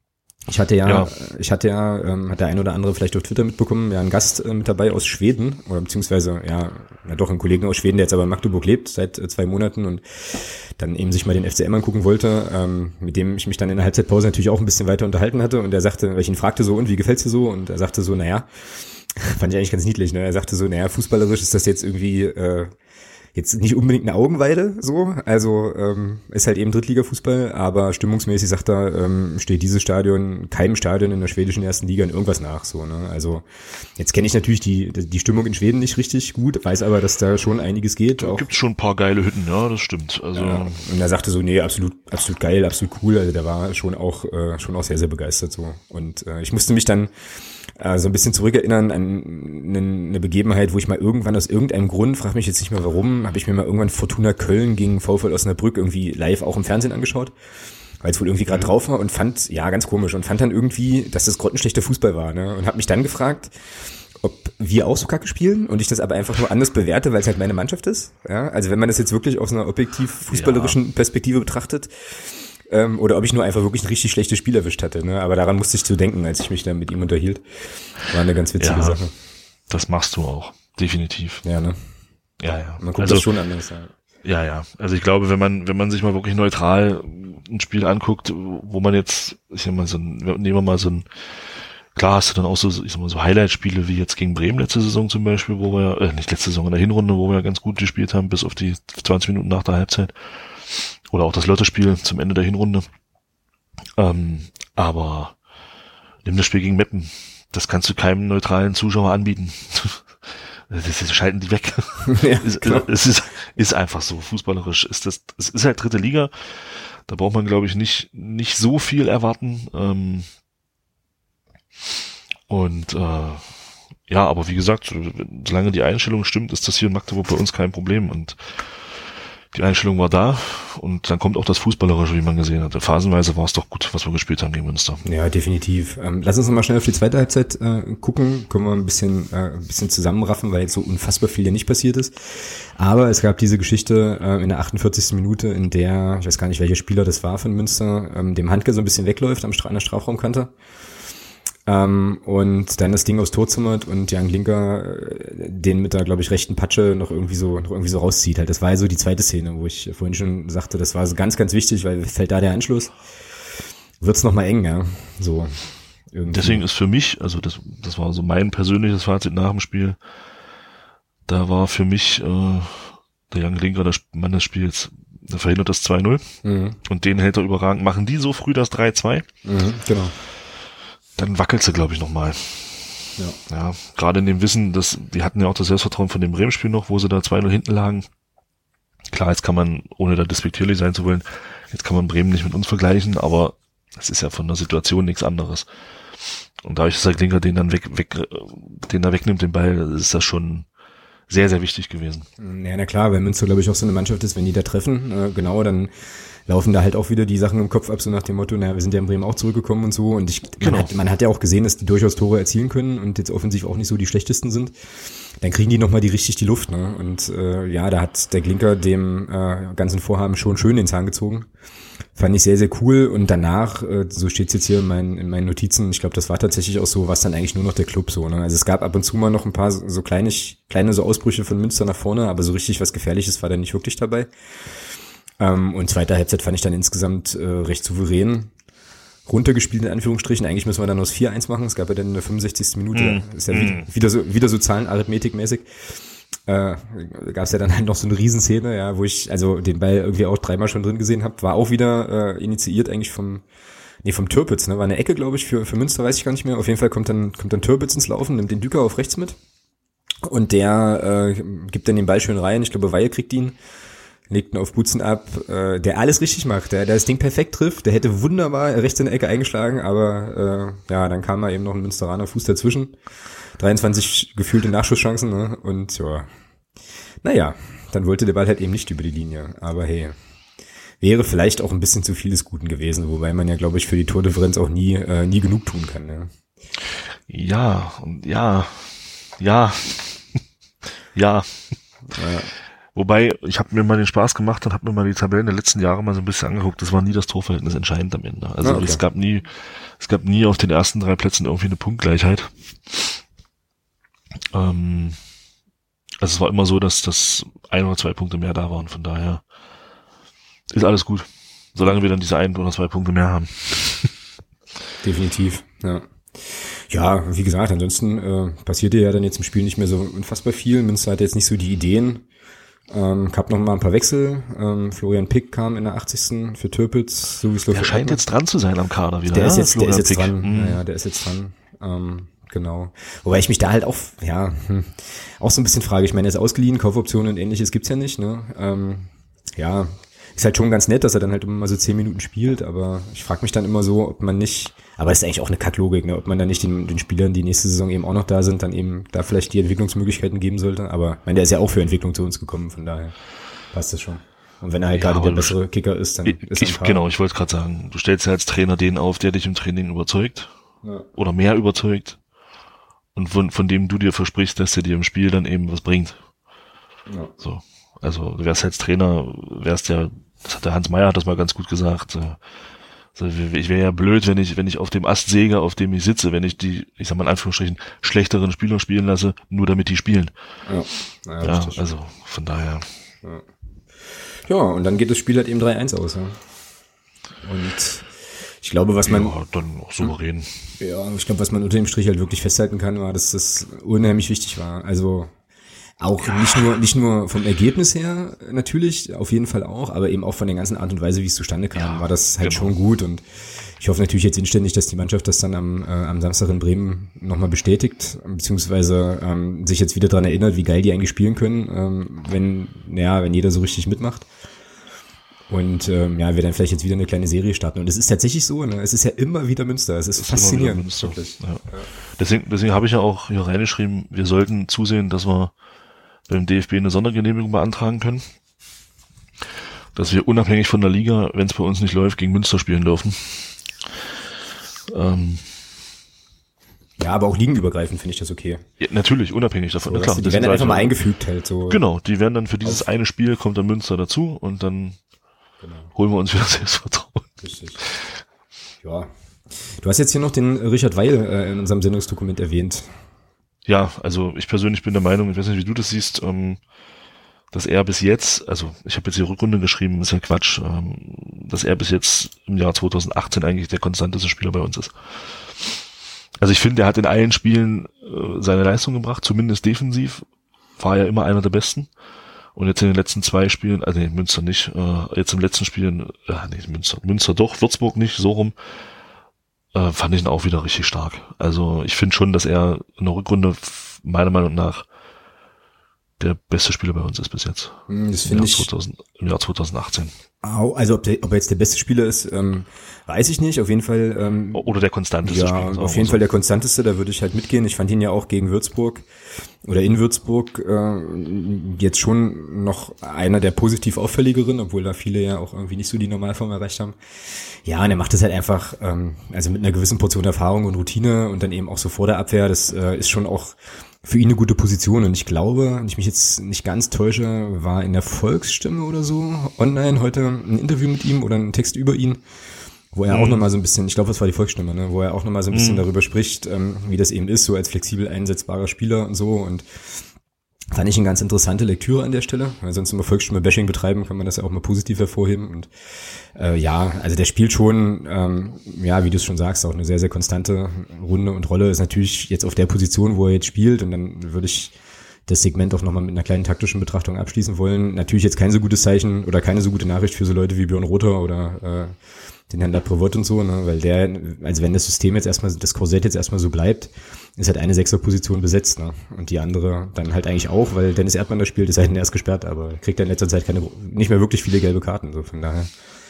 Hat der ein oder andere vielleicht auf Twitter mitbekommen, ja, einen Gast mit dabei aus Schweden, oder beziehungsweise, doch einen Kollegen aus Schweden, der jetzt aber in Magdeburg lebt, seit 2 Monaten und dann eben sich mal den FCM angucken wollte, mit dem ich mich dann in der Halbzeitpause natürlich auch ein bisschen weiter unterhalten hatte und er sagte, weil ich ihn fragte so, und wie gefällt's dir so? Und er sagte so, fand ich eigentlich ganz niedlich, ne? Er sagte so, fußballerisch ist das jetzt irgendwie, jetzt nicht unbedingt eine Augenweide, so, also ist halt eben Drittliga-Fußball, aber stimmungsmäßig, sagt er, steht dieses Stadion keinem Stadion in der schwedischen ersten Liga in irgendwas nach, so, ne, also jetzt kenne ich natürlich die Stimmung in Schweden nicht richtig gut, weiß aber, dass da schon einiges geht. Da gibt's schon ein paar geile Hütten, ja, das stimmt, also. Ja, und er sagte so, absolut geil, absolut cool, also der war schon auch sehr, sehr begeistert, so, und ich musste mich dann so ein bisschen zurückerinnern an eine Begebenheit, wo ich mal irgendwann aus irgendeinem Grund, frag mich jetzt nicht mehr warum, habe ich mir mal irgendwann Fortuna Köln gegen VfL Osnabrück irgendwie live auch im Fernsehen angeschaut, weil es wohl irgendwie gerade drauf war und fand, ganz komisch, und fand dann irgendwie, dass das grottenschlechter Fußball war, ne, und habe mich dann gefragt, ob wir auch so kacke spielen und ich das aber einfach nur anders bewerte, weil es halt meine Mannschaft ist, ja, also wenn man das jetzt wirklich aus einer objektiv fußballerischen Perspektive betrachtet, oder ob ich nur einfach wirklich ein richtig schlechtes Spiel erwischt hatte, ne? Aber daran musste ich zu denken, als ich mich dann mit ihm unterhielt. War eine ganz witzige Sache. Das machst du auch, definitiv. Ja, ne? Ja. Man guckt das schon anders. Ja. Also ich glaube, wenn man sich mal wirklich neutral ein Spiel anguckt, wo man jetzt, nehmen wir mal so ein, klar hast du dann auch so Highlight-Spiele wie jetzt gegen Bremen letzte Saison zum Beispiel, wo wir, nicht letzte Saison, in der Hinrunde, wo wir ganz gut gespielt haben, bis auf die 20 Minuten nach der Halbzeit. Oder auch das Lottospiel zum Ende der Hinrunde. Aber nimm das Spiel gegen Meppen. Das kannst du keinem neutralen Zuschauer anbieten. Das schalten die weg. Ja, es ist einfach so. Fußballerisch ist es ist halt dritte Liga. Da braucht man, glaube ich, nicht so viel erwarten. Aber wie gesagt, solange die Einstellung stimmt, ist das hier in Magdeburg bei uns kein Problem. Und die Einstellung war da und dann kommt auch das Fußballerische, wie man gesehen hat. Phasenweise war es doch gut, was wir gespielt haben gegen Münster. Ja, definitiv. Lass uns nochmal schnell auf die zweite Halbzeit gucken. Können wir ein bisschen zusammenraffen, weil jetzt so unfassbar viel ja nicht passiert ist. Aber es gab diese Geschichte in der 48. Minute, in der, ich weiß gar nicht, welcher Spieler das war von Münster, dem Handke so ein bisschen wegläuft an der Strafraumkante. Und dann das Ding aufs Tor zimmert und Jan Glinker den mit der, glaube ich, rechten Patsche noch irgendwie so rauszieht. Halt, das war ja so die zweite Szene, wo ich vorhin schon sagte, das war so ganz, ganz wichtig, weil fällt da der Anschluss, wird's noch mal eng, ja. So. Irgendwie. Deswegen ist für mich, also das war so mein persönliches Fazit nach dem Spiel, da war für mich der Jan Glinker der Mann des Spiels. Der verhindert das 2-0 und den hält er überragend. Machen die so früh das 3-2? Genau. Dann wackelt sie, glaube ich, nochmal. Ja, gerade in dem Wissen, dass die hatten ja auch das Selbstvertrauen von dem Bremen-Spiel noch, wo sie da 2-0 hinten lagen. Klar, jetzt kann man, ohne da despektierlich sein zu wollen, jetzt kann man Bremen nicht mit uns vergleichen, aber es ist ja von der Situation nichts anderes. Und dadurch, dass der Glinker den dann den er wegnimmt, den Ball, ist das schon sehr, sehr wichtig gewesen. Ja, na klar, weil Münster, glaube ich, auch so eine Mannschaft ist, wenn die da treffen, dann laufen da halt auch wieder die Sachen im Kopf ab, so nach dem Motto, wir sind ja in Bremen auch zurückgekommen und so. Und man hat ja auch gesehen, dass die durchaus Tore erzielen können und jetzt offensiv auch nicht so die schlechtesten sind. Dann kriegen die nochmal die Luft, ne? Und da hat der Glinker dem ganzen Vorhaben schon schön den Zahn gezogen. Fand ich sehr, sehr cool. Und danach, so steht's jetzt hier in meinen Notizen, ich glaube, das war tatsächlich auch so, was dann eigentlich nur noch der Club so, ne? Also es gab ab und zu mal noch ein paar so kleine so Ausbrüche von Münster nach vorne, aber so richtig was Gefährliches war da nicht wirklich dabei. Und zweite Halbzeit fand ich dann insgesamt recht souverän runtergespielt, in Anführungsstrichen. Eigentlich müssen wir dann aus 4-1 machen. Es gab ja dann in der 65. Minute, ist ja wieder so Zahlenarithmetikmäßig, gab es ja dann halt noch so eine Riesenszene, ja, wo ich also den Ball irgendwie auch 3-mal schon drin gesehen habe. War auch wieder initiiert eigentlich vom Türpitz, ne? War eine Ecke, glaube ich, für Münster, weiß ich gar nicht mehr. Auf jeden Fall kommt dann Türpitz ins Laufen, nimmt den Düker auf rechts mit und der gibt dann den Ball schön rein. Ich glaube, Weihe kriegt ihn, legt ihn auf Butzen ab, der alles richtig macht, der das Ding perfekt trifft, der hätte wunderbar rechts in der Ecke eingeschlagen, aber dann kam da eben noch ein Münsteraner Fuß dazwischen. 23 gefühlte Nachschusschancen, ne? Und dann wollte der Ball halt eben nicht über die Linie, aber hey, wäre vielleicht auch ein bisschen zu viel des Guten gewesen, wobei man ja, glaube ich, für die Tordifferenz auch nie genug tun kann, ne? Ja. Wobei, ich habe mir mal den Spaß gemacht und habe mir mal die Tabellen der letzten Jahre mal so ein bisschen angeguckt. Das war nie das Torverhältnis entscheidend am Ende. Also okay. es gab nie auf den ersten 3 Plätzen irgendwie eine Punktgleichheit. Also es war immer so, dass das 1 oder 2 Punkte mehr da waren. Von daher ist alles gut. Solange wir dann diese 1 oder 2 Punkte mehr haben. Definitiv, ja. Ja, wie gesagt, ansonsten passierte ja dann jetzt im Spiel nicht mehr so unfassbar viel. Münster hatte jetzt nicht so die Ideen. Gab noch mal ein paar Wechsel. Florian Pick kam in der 80. für Türpitz. Der scheint jetzt dran zu sein am Kader wieder. Der ist jetzt Pick. dran. Ja, der ist jetzt dran. Genau. Wobei ich mich da halt auch so ein bisschen frage. Ich meine, er ist ausgeliehen, Kaufoptionen und ähnliches gibt's ja nicht. Ne? Ja, ist halt schon ganz nett, dass er dann halt immer mal so 10 Minuten spielt. Aber ich frage mich dann immer so, ob man nicht, aber das ist eigentlich auch eine Kacklogik, ne? Ob man dann nicht den Spielern, die nächste Saison eben auch noch da sind, dann eben da vielleicht die Entwicklungsmöglichkeiten geben sollte. Aber ich meine, der ist ja auch für Entwicklung zu uns gekommen, von daher passt das schon. Und wenn er halt gerade der bessere Kicker ist, dann ist er genau, ich wollte gerade sagen, du stellst ja als Trainer den auf, der dich im Training überzeugt oder mehr überzeugt und von dem du dir versprichst, dass der dir im Spiel dann eben was bringt. Ja. So, also du wärst als Trainer, das hat der Hans Meyer hat das mal ganz gut gesagt. Also ich wäre ja blöd, wenn ich auf dem Ast säge, auf dem ich sitze, wenn ich die, ich sag mal in Anführungsstrichen, schlechteren Spieler spielen lasse, nur damit die spielen. Ja, also von daher. Ja, und dann geht das Spiel halt eben 3-1 aus. Ja. Und ich glaube, was man... Ja, dann auch souverän. Ja, ich glaube, was man unter dem Strich halt wirklich festhalten kann, war, dass das unheimlich wichtig war. Also auch nicht nur vom Ergebnis her natürlich, auf jeden Fall auch, aber eben auch von der ganzen Art und Weise, wie es zustande kam, war das halt schon gut. Und ich hoffe natürlich jetzt inständig, dass die Mannschaft das dann am Samstag in Bremen nochmal bestätigt, beziehungsweise sich jetzt wieder daran erinnert, wie geil die eigentlich spielen können, wenn jeder so richtig mitmacht. Und wir dann vielleicht jetzt wieder eine kleine Serie starten. Und es ist tatsächlich so, ne? Es ist ja immer wieder Münster. Es ist faszinierend. Ja. Deswegen habe ich ja auch hier reingeschrieben, wir sollten zusehen, dass wir beim DFB eine Sondergenehmigung beantragen können. Dass wir unabhängig von der Liga, wenn es bei uns nicht läuft, gegen Münster spielen dürfen. Ja, aber auch ligenübergreifend finde ich das okay. Ja, natürlich, unabhängig davon. So, klar, die werden dann einfach mal eingefügt halt so. Genau, die werden dann für dieses eine Spiel, kommt dann Münster dazu und dann holen wir uns wieder Selbstvertrauen. Richtig. Ja. Du hast jetzt hier noch den Richard Weil in unserem Sendungsdokument erwähnt. Ja, also ich persönlich bin der Meinung, ich weiß nicht, wie du das siehst, dass er bis jetzt, also ich habe jetzt die Rückrunde geschrieben, ist ja Quatsch, dass er bis jetzt im Jahr 2018 eigentlich der konstanteste Spieler bei uns ist. Also ich finde, er hat in allen Spielen seine Leistung gebracht, zumindest defensiv, war er immer einer der Besten. Und jetzt in den letzten 2 Spielen, also nee, Münster nicht, jetzt im letzten Spiel, Münster doch, Würzburg nicht, so rum, fand ich ihn auch wieder richtig stark. Also ich finde schon, dass er in der Rückrunde meiner Meinung nach der beste Spieler bei uns ist bis jetzt. Das finde ich. Im Jahr 2018. Also ob er jetzt der beste Spieler ist, weiß ich nicht. Auf jeden Fall. Oder der konstanteste Spieler. Ja, auf jeden Fall der konstanteste, da würde ich halt mitgehen. Ich fand ihn ja auch gegen Würzburg oder in Würzburg jetzt schon noch einer der positiv auffälligeren, obwohl da viele ja auch irgendwie nicht so die Normalform erreicht haben. Ja, und er macht das halt einfach, also mit einer gewissen Portion Erfahrung und Routine und dann eben auch so vor der Abwehr. Das ist schon auch für ihn eine gute Position. Und ich glaube, wenn ich mich jetzt nicht ganz täusche, war in der Volksstimme oder so online heute ein Interview mit ihm oder ein Text über ihn, wo er auch nochmal so ein bisschen, ich glaube, das war die Volksstimme, ne, wo er auch nochmal so ein bisschen darüber spricht, wie das eben ist, so als flexibel einsetzbarer Spieler und so. Und fand ich eine ganz interessante Lektüre an der Stelle, weil sonst immer Volksstimme-Bashing betreiben, kann man das ja auch mal positiv hervorheben. Und also der spielt schon, wie du es schon sagst, auch eine sehr, sehr konstante Runde und Rolle. Ist natürlich jetzt auf der Position, wo er jetzt spielt, und dann würde ich das Segment auch nochmal mit einer kleinen taktischen Betrachtung abschließen wollen. Natürlich jetzt kein so gutes Zeichen oder keine so gute Nachricht für so Leute wie Björn Rother oder den Herrn Laprevot und so, ne, weil also wenn das System jetzt erstmal, das Korsett jetzt erstmal so bleibt, ist halt eine 6er-Position besetzt, ne, und die andere dann halt eigentlich auch, weil Dennis Erdmann da spielt, ist halt erst gesperrt, aber kriegt er in letzter Zeit nicht mehr wirklich viele gelbe Karten, so von daher.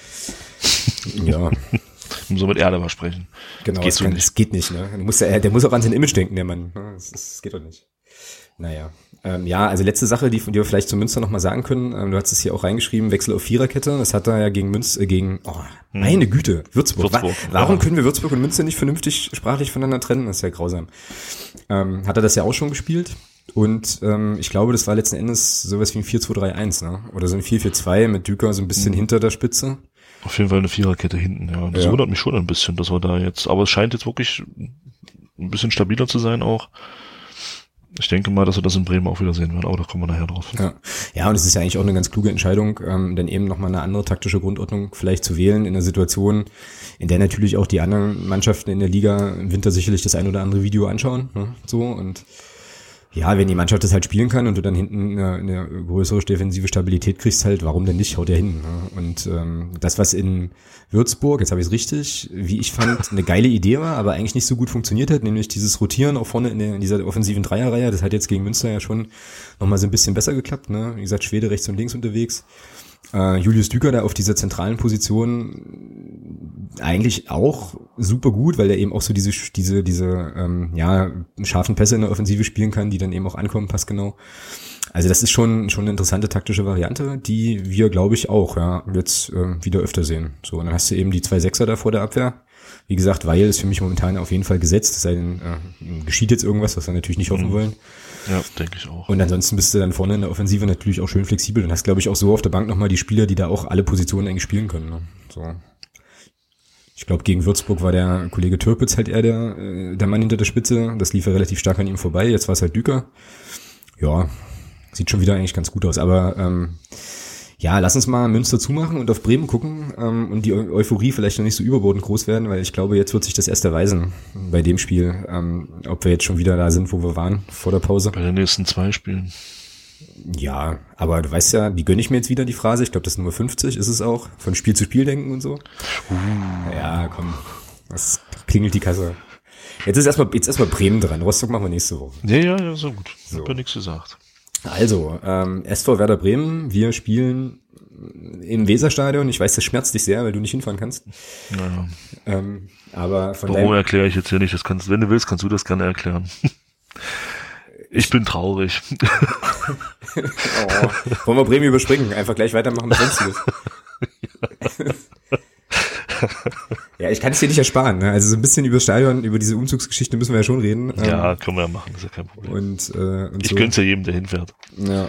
Ja. Muss so mit Erde mal sprechen. Genau, das geht nicht, ne, der muss auch an sein Image denken, der Mann, ne? Das geht doch nicht. Naja. Also letzte Sache, die wir vielleicht zu Münster nochmal sagen können, du hast es hier auch reingeschrieben, Wechsel auf Viererkette, das hat er ja gegen meine Güte, Würzburg. Warum können wir Würzburg und Münster nicht vernünftig sprachlich voneinander trennen? Das ist ja grausam. Hat er das ja auch schon gespielt? Und ich glaube, das war letzten Endes sowas wie ein 4-2-3-1, ne? Oder so ein 4-4-2 mit Düker so ein bisschen hinter der Spitze. Auf jeden Fall eine Viererkette hinten, ja. Das wundert mich schon ein bisschen, dass wir da jetzt, aber es scheint jetzt wirklich ein bisschen stabiler zu sein auch. Ich denke mal, dass wir das in Bremen auch wieder sehen werden, aber da kommen wir nachher drauf. Ja, und es ist ja eigentlich auch eine ganz kluge Entscheidung, dann eben nochmal eine andere taktische Grundordnung vielleicht zu wählen in einer Situation, in der natürlich auch die anderen Mannschaften in der Liga im Winter sicherlich das ein oder andere Video anschauen, ne? So, und ja, wenn die Mannschaft das halt spielen kann und du dann hinten eine größere defensive Stabilität kriegst, halt, warum denn nicht? Haut ja hin. Ne? Und das, was in Würzburg, jetzt habe ich es richtig, wie ich fand, eine geile Idee war, aber eigentlich nicht so gut funktioniert hat, nämlich dieses Rotieren auch vorne in dieser offensiven Dreierreihe, das hat jetzt gegen Münster ja schon nochmal so ein bisschen besser geklappt. Ne? Wie gesagt, Schwede rechts und links unterwegs. Julius Düker da auf dieser zentralen Position eigentlich auch super gut, weil er eben auch so diese scharfen Pässe in der Offensive spielen kann, die dann eben auch ankommen, passgenau. Also das ist schon eine interessante taktische Variante, die wir, glaube ich, auch jetzt wieder öfter sehen. So, und dann hast du eben die 2 Sechser da vor der Abwehr. Wie gesagt, Weil ist für mich momentan auf jeden Fall gesetzt, es sei denn, geschieht jetzt irgendwas, was wir natürlich nicht hoffen wollen. Ja, denke ich auch. Und ansonsten bist du dann vorne in der Offensive natürlich auch schön flexibel und hast, glaube ich, auch so auf der Bank nochmal die Spieler, die da auch alle Positionen eigentlich spielen können. Ne? So. Ich glaube, gegen Würzburg war der Kollege Türpitz halt eher der Mann hinter der Spitze. Das lief ja relativ stark an ihm vorbei. Jetzt war es halt Düker. Ja, sieht schon wieder eigentlich ganz gut aus. Aber lass uns mal Münster zumachen und auf Bremen gucken und die Euphorie vielleicht noch nicht so überbordend groß werden, weil ich glaube, jetzt wird sich das erst erweisen bei dem Spiel, ob wir jetzt schon wieder da sind, wo wir waren vor der Pause. Bei den nächsten 2 Spielen. Ja, aber du weißt ja, die gönne ich mir jetzt wieder, die Phrase. Ich glaube, das ist Nummer 50, ist es auch. Von Spiel zu Spiel denken und so. Ja, komm, das klingelt die Kasse. Jetzt ist erstmal Bremen dran. Rostock machen wir nächste Woche. Ja, so gut. So. Hab ja nichts gesagt. Also, SV Werder Bremen, wir spielen im Weserstadion. Ich weiß, das schmerzt dich sehr, weil du nicht hinfahren kannst. Naja. Aber von Warum erkläre ich jetzt hier nicht? Wenn du willst, kannst du das gerne erklären. Ich bin traurig. Wollen wir Bremen überspringen? Einfach gleich weitermachen mit Sonstiges. Ja, ich kann es dir nicht ersparen. Ne? Also so ein bisschen über das Stadion, über diese Umzugsgeschichte müssen wir ja schon reden. Ja, können wir ja machen, das ist ja kein Problem. Und ich so. gönn's ja jedem, der hinfährt. Ja.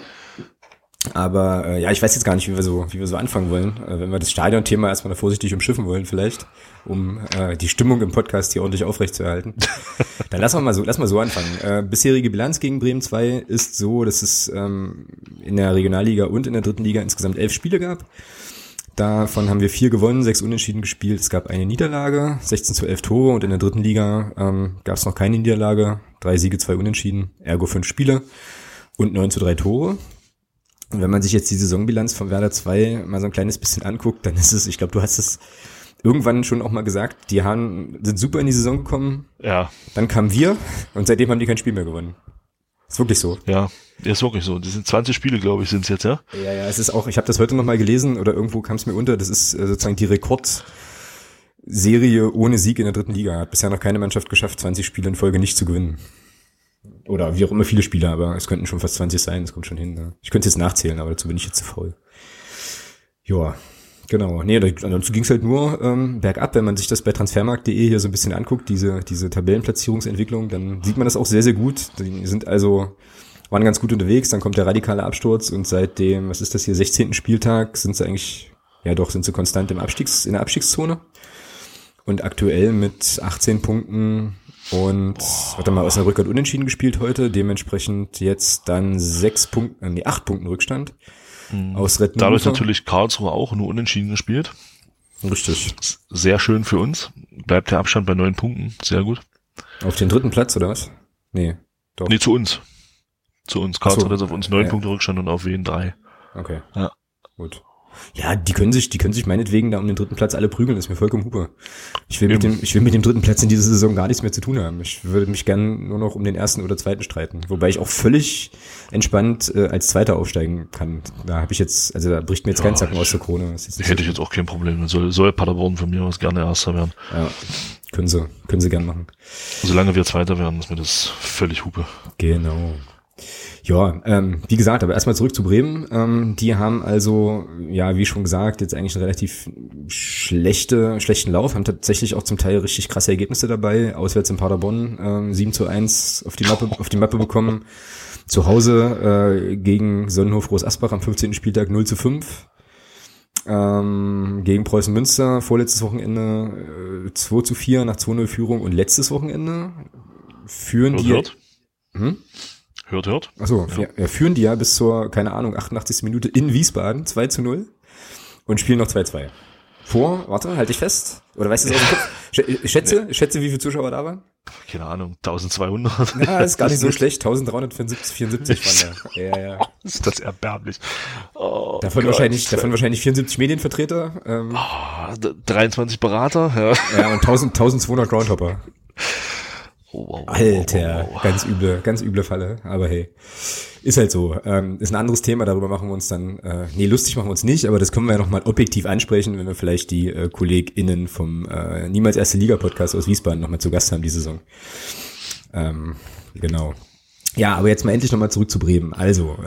Aber ich weiß jetzt gar nicht, wie wir so anfangen wollen. Wenn wir das Stadionthema erstmal vorsichtig umschiffen wollen vielleicht, um die Stimmung im Podcast hier ordentlich aufrechtzuerhalten. Dann lass mal so anfangen. Bisherige Bilanz gegen Bremen 2 ist so, dass es in der Regionalliga und in der dritten Liga insgesamt 11 Spiele gab. Davon haben wir 4 gewonnen, 6 unentschieden gespielt. Es gab eine Niederlage, 16-11 Tore und in der dritten Liga gab es noch keine Niederlage, 3 Siege, 2 Unentschieden, ergo 5 Spiele und 9-3 Tore. Und wenn man sich jetzt die Saisonbilanz von Werder 2 mal so ein kleines bisschen anguckt, dann ist es, ich glaube, du hast es irgendwann schon auch mal gesagt, die sind super in die Saison gekommen. Ja. Dann kamen wir und seitdem haben die kein Spiel mehr gewonnen. Ist wirklich so. Ja, ist wirklich so. Die sind 20 Spiele, glaube ich, sind's jetzt, ja? Ja, es ist auch, ich habe das heute noch mal gelesen oder irgendwo kam es mir unter, das ist sozusagen die Rekordserie ohne Sieg in der dritten Liga. Hat bisher noch keine Mannschaft geschafft, 20 Spiele in Folge nicht zu gewinnen. Oder wie auch immer viele Spiele, aber es könnten schon fast 20 sein, das kommt schon hin. Ne? Ich könnte es jetzt nachzählen, aber dazu bin ich jetzt zu faul. Ja, genau. Nee, ansonsten ging es halt nur bergab. Wenn man sich das bei transfermarkt.de hier so ein bisschen anguckt, diese Tabellenplatzierungsentwicklung, dann sieht man das auch sehr, sehr gut. Die waren ganz gut unterwegs, dann kommt der radikale Absturz und seit dem, 16. Spieltag sind sie konstant in der Abstiegszone. Und aktuell mit 18 Punkten und, Osnabrück hat unentschieden gespielt heute, dementsprechend jetzt dann 8 Punkten Rückstand. Aus Red Bull. Dadurch natürlich Karlsruhe auch nur unentschieden gespielt. Richtig. Sehr schön für uns. Bleibt der Abstand bei 9 Punkten. Sehr gut. Auf den 3. Platz, oder was? Nee, doch. Nee, zu uns. Karlsruhe hat auf uns 9 Punkte Rückstand und auf wen 3. Okay. Ja. Gut. Ja, die können sich meinetwegen da um den 3. Platz alle prügeln, das ist mir vollkommen Hupe. Ich will mit dem 3. Platz in dieser Saison gar nichts mehr zu tun haben. Ich würde mich gern nur noch um den 1. oder 2. streiten. Wobei ich auch völlig entspannt als Zweiter aufsteigen kann. Da bricht mir jetzt kein Zacken aus der Krone. Hätte ich jetzt auch kein Problem. Soll Paderborn von mir aus gerne Erster werden. Ja, können sie gern machen. Solange wir Zweiter werden, ist mir das völlig Hupe. Genau. Ja, wie gesagt, aber erstmal zurück zu Bremen. Die haben also, ja, wie schon gesagt, jetzt eigentlich einen relativ schlechten Lauf, haben tatsächlich auch zum Teil richtig krasse Ergebnisse dabei. Auswärts in Paderborn 7:1 auf die Mappe bekommen. Zu Hause gegen Sonnenhof Groß Asbach am 15. Spieltag 0:5. Gegen Preußen Münster vorletztes Wochenende 2:4 nach 2:0 Führung und letztes Wochenende führen Hört. Achso, ja, führen die ja bis zur, keine Ahnung, 88. Minute in Wiesbaden 2:0 und spielen noch 2:2. Halte ich fest, oder weißt du es aus dem Kopf? Schätze, wie viele Zuschauer da waren? Keine Ahnung, 1200. Ja, ist gar nicht so schlecht, 1374 waren da. Ja. Ist das erbärmlich. Oh, davon wahrscheinlich 74 Medienvertreter. 23 Berater, ja. Ja, und 1200 Groundhopper. Wow. Alter, ganz üble Falle, aber hey, ist halt so. Ist ein anderes Thema, darüber machen wir uns dann, lustig machen wir uns nicht, aber das können wir ja nochmal objektiv ansprechen, wenn wir vielleicht die KollegInnen vom Niemals Erste Liga Podcast aus Wiesbaden nochmal zu Gast haben die Saison. Genau. Ja, aber jetzt mal endlich nochmal zurück zu Bremen. Also,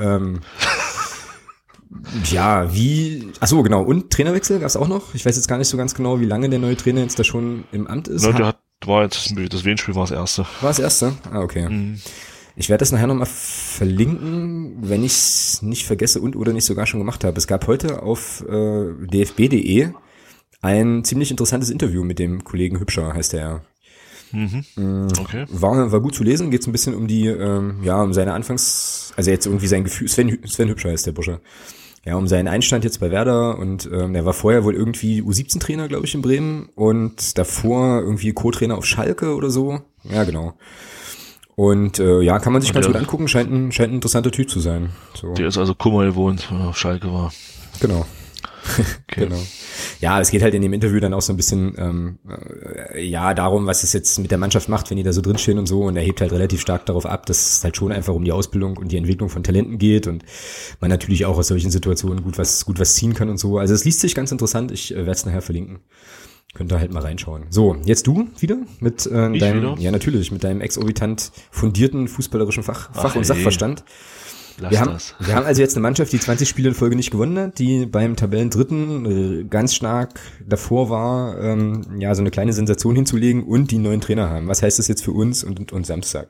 achso, genau, und Trainerwechsel gab's auch noch? Ich weiß jetzt gar nicht so ganz genau, wie lange der neue Trainer jetzt da schon im Amt ist. No, das Wien-Spiel war das erste. War das erste? Ah, okay. Mhm. Ich werde das nachher nochmal verlinken, wenn ich es nicht vergesse oder nicht sogar schon gemacht habe. Es gab heute auf dfb.de ein ziemlich interessantes Interview mit dem Kollegen Hübscher, heißt er ja. Mhm. Okay. War gut zu lesen, geht es ein bisschen um um seine also jetzt irgendwie sein Gefühl, Sven Hübscher heißt der Bursche. Ja, um seinen Einstand jetzt bei Werder und er war vorher wohl irgendwie U17-Trainer, glaube ich, in Bremen und davor irgendwie Co-Trainer auf Schalke oder so. Ja, genau. Und kann man sich ganz gut angucken, scheint ein interessanter Typ zu sein. So. Der ist also Kummer gewohnt, wenn er auf Schalke war. Genau. Okay. Genau. Ja, es geht halt in dem Interview dann auch so ein bisschen darum, was es jetzt mit der Mannschaft macht, wenn die da so drinstehen und so. Und er hebt halt relativ stark darauf ab, dass es halt schon einfach um die Ausbildung und die Entwicklung von Talenten geht und man natürlich auch aus solchen Situationen gut was ziehen kann und so. Also es liest sich ganz interessant. Ich werde es nachher verlinken. Könnt ihr halt mal reinschauen. So, jetzt du wieder mit ja natürlich, mit deinem exorbitant fundierten fußballerischen Fach- und Sachverstand. Wir haben also jetzt eine Mannschaft, die 20 Spiele in Folge nicht gewonnen hat, die beim Tabellendritten ganz stark davor war, so eine kleine Sensation hinzulegen und die einen neuen Trainer haben. Was heißt das jetzt für uns und Samstag?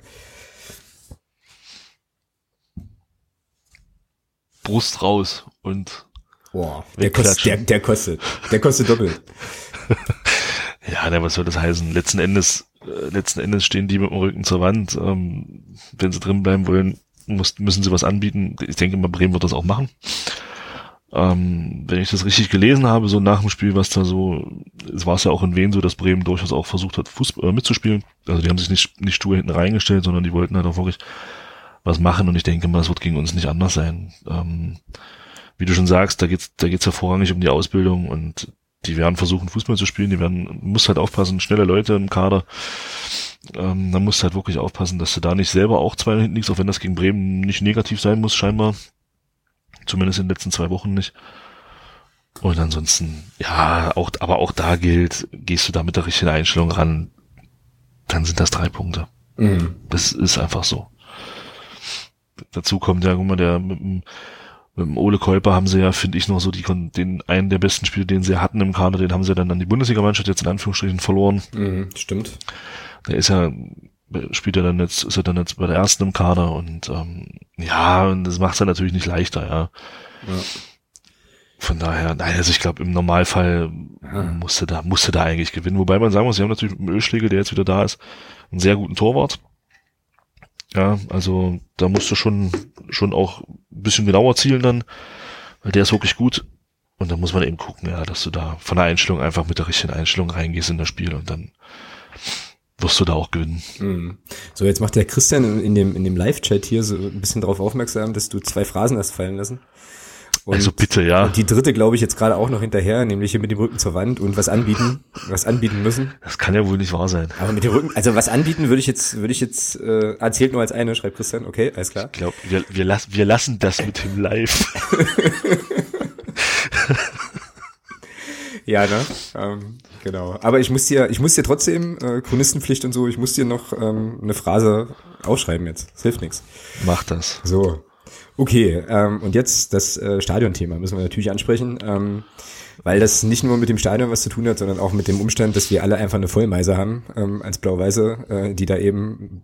Brust raus und der kostet doppelt. Ja, was soll das heißen? Letzten Endes stehen die mit dem Rücken zur Wand. Wenn sie drin bleiben wollen, müssen sie was anbieten. Ich denke mal, Bremen wird das auch machen. Wenn ich das richtig gelesen habe, so nach dem Spiel, es war es ja auch in Wien so, dass Bremen durchaus auch versucht hat, Fußball mitzuspielen. Also die haben sich nicht stur hinten reingestellt, sondern die wollten halt auch wirklich was machen und ich denke mal, das wird gegen uns nicht anders sein. Wie du schon sagst, da geht's ja vorrangig um die Ausbildung und die werden versuchen, Fußball zu spielen, muss halt aufpassen, schnelle Leute im Kader. Dann musst du halt wirklich aufpassen, dass du da nicht selber auch 2 hinten liegst, auch wenn das gegen Bremen nicht negativ sein muss, scheinbar. Zumindest in den letzten 2 Wochen nicht. Und ansonsten, aber auch da gilt, gehst du da mit der richtigen Einstellung ran, dann sind das 3 Punkte. Mhm. Das ist einfach so. Dazu kommt ja, guck mal, mit dem Ole Keuper haben sie ja, finde ich, noch so einen der besten Spiele, den sie hatten im Kader, den haben sie dann an die Bundesligamannschaft jetzt in Anführungsstrichen verloren. Mhm, stimmt. Der ist er dann jetzt bei der ersten im Kader und und das macht es dann natürlich nicht leichter, ja. Von daher, also ich glaube, im Normalfall musste da eigentlich gewinnen. Wobei man sagen muss, sie haben natürlich mit dem Ölschlegel, der jetzt wieder da ist, einen sehr guten Torwart. Ja, also da musst du schon auch ein bisschen genauer zielen dann, weil der ist wirklich gut. Und dann muss man eben gucken, dass du da von der Einstellung einfach mit der richtigen Einstellung reingehst in das Spiel und dann wirst du da auch gewinnen. Mhm. So, jetzt macht der Christian in dem Live-Chat hier so ein bisschen darauf aufmerksam, dass du 2 Phrasen hast fallen lassen. Und, also bitte, ja. Und die dritte, glaube ich, jetzt gerade auch noch hinterher, nämlich hier mit dem Rücken zur Wand und was anbieten müssen. Das kann ja wohl nicht wahr sein. Aber mit dem Rücken, also was anbieten würde ich jetzt erzählt nur als eine, schreibt Christian, okay, alles klar. Ich glaube, wir lassen das mit dem Live. Ja, ne? Genau. Aber ich muss dir trotzdem, Chronistenpflicht und so, ich muss dir noch eine Phrase aufschreiben jetzt. Das hilft nichts. Mach das. So. Okay, und jetzt das Stadionthema müssen wir natürlich ansprechen, weil das nicht nur mit dem Stadion was zu tun hat, sondern auch mit dem Umstand, dass wir alle einfach eine Vollmeise haben als Blau-Weiße, die da eben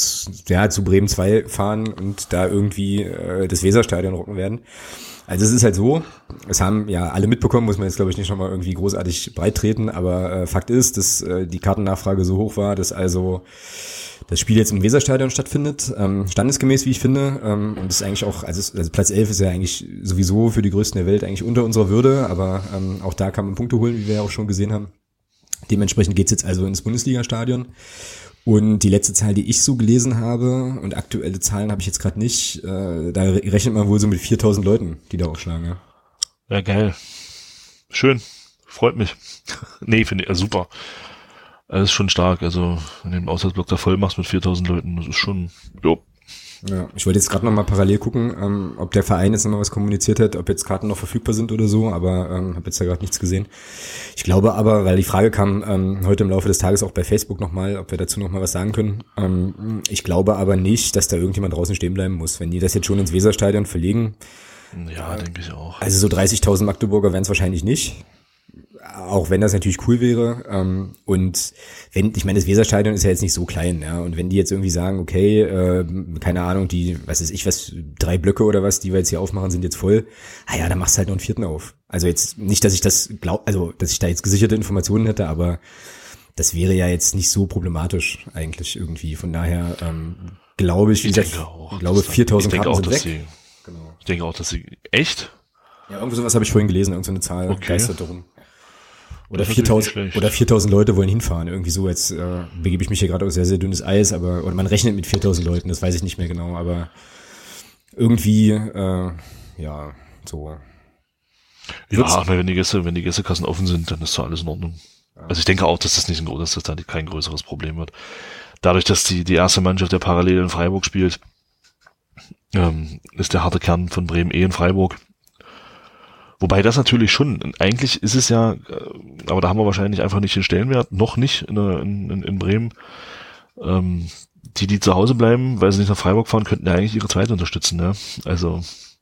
zu Bremen 2 fahren und da irgendwie das Weserstadion rocken werden. Also es ist halt so, es haben ja alle mitbekommen, muss man jetzt glaube ich nicht nochmal irgendwie großartig breit treten, aber Fakt ist, dass die Kartennachfrage so hoch war, dass also das Spiel jetzt im Weserstadion stattfindet, standesgemäß, wie ich finde, und ist eigentlich auch, also Platz 11 ist ja eigentlich sowieso für die Größten der Welt eigentlich unter unserer Würde, aber auch da kann man Punkte holen, wie wir ja auch schon gesehen haben. Dementsprechend geht's jetzt also ins Bundesliga-Stadion. Und die letzte Zahl, die ich so gelesen habe, und aktuelle Zahlen habe ich jetzt gerade nicht, da rechnet man wohl so mit 4.000 Leuten, die da aufschlagen. Ja, ja geil. Schön. Freut mich. Nee, finde ich super. Das ist schon stark. Also, wenn du den Auswärtsblock da voll machst mit 4.000 Leuten, das ist schon, jo. Ja, ich wollte jetzt gerade nochmal parallel gucken, ob der Verein jetzt nochmal was kommuniziert hat, ob jetzt Karten noch verfügbar sind oder so, aber habe jetzt da gerade nichts gesehen. Ich glaube aber, weil die Frage kam heute im Laufe des Tages auch bei Facebook nochmal, ob wir dazu nochmal was sagen können. Ich glaube aber nicht, dass da irgendjemand draußen stehen bleiben muss. Wenn die das jetzt schon ins Weserstadion verlegen. Ja, denke ich auch. Also so 30.000 Magdeburger wären es wahrscheinlich nicht. Auch wenn das natürlich cool wäre. Und ich meine, das Weserstadion ist ja jetzt nicht so klein, ja. Und wenn die jetzt irgendwie sagen, okay, keine Ahnung, die, was weiß ich, 3 Blöcke oder was, die wir jetzt hier aufmachen, sind jetzt voll, ja, dann machst du halt noch einen 4. auf. Also jetzt nicht, dass ich das dass ich da jetzt gesicherte Informationen hätte, aber das wäre ja jetzt nicht so problematisch eigentlich irgendwie. Von daher glaube ich, 4.000 Karten sind weg. Genau. Ich denke auch, dass sie, echt? Ja, irgendwo sowas habe ich vorhin gelesen, irgend so eine Zahl geistert darum. Oder 4.000 Leute wollen hinfahren. Irgendwie so, jetzt begebe ich mich hier gerade auf sehr, sehr dünnes Eis, oder man rechnet mit 4.000 Leuten, das weiß ich nicht mehr genau, aber irgendwie, ja, so. Ja, wenn die Gästekassen offen sind, dann ist doch alles in Ordnung. Ja. Also ich denke auch, dass das da kein größeres Problem wird. Dadurch, dass die erste Mannschaft der parallel in Freiburg spielt, ist der harte Kern von Bremen in Freiburg. Wobei das natürlich schon, eigentlich ist es ja, aber da haben wir wahrscheinlich einfach nicht den Stellenwert, noch nicht in Bremen. Die zu Hause bleiben, weil sie nicht nach Freiburg fahren, könnten ja eigentlich ihre Zweite unterstützen, ne? Also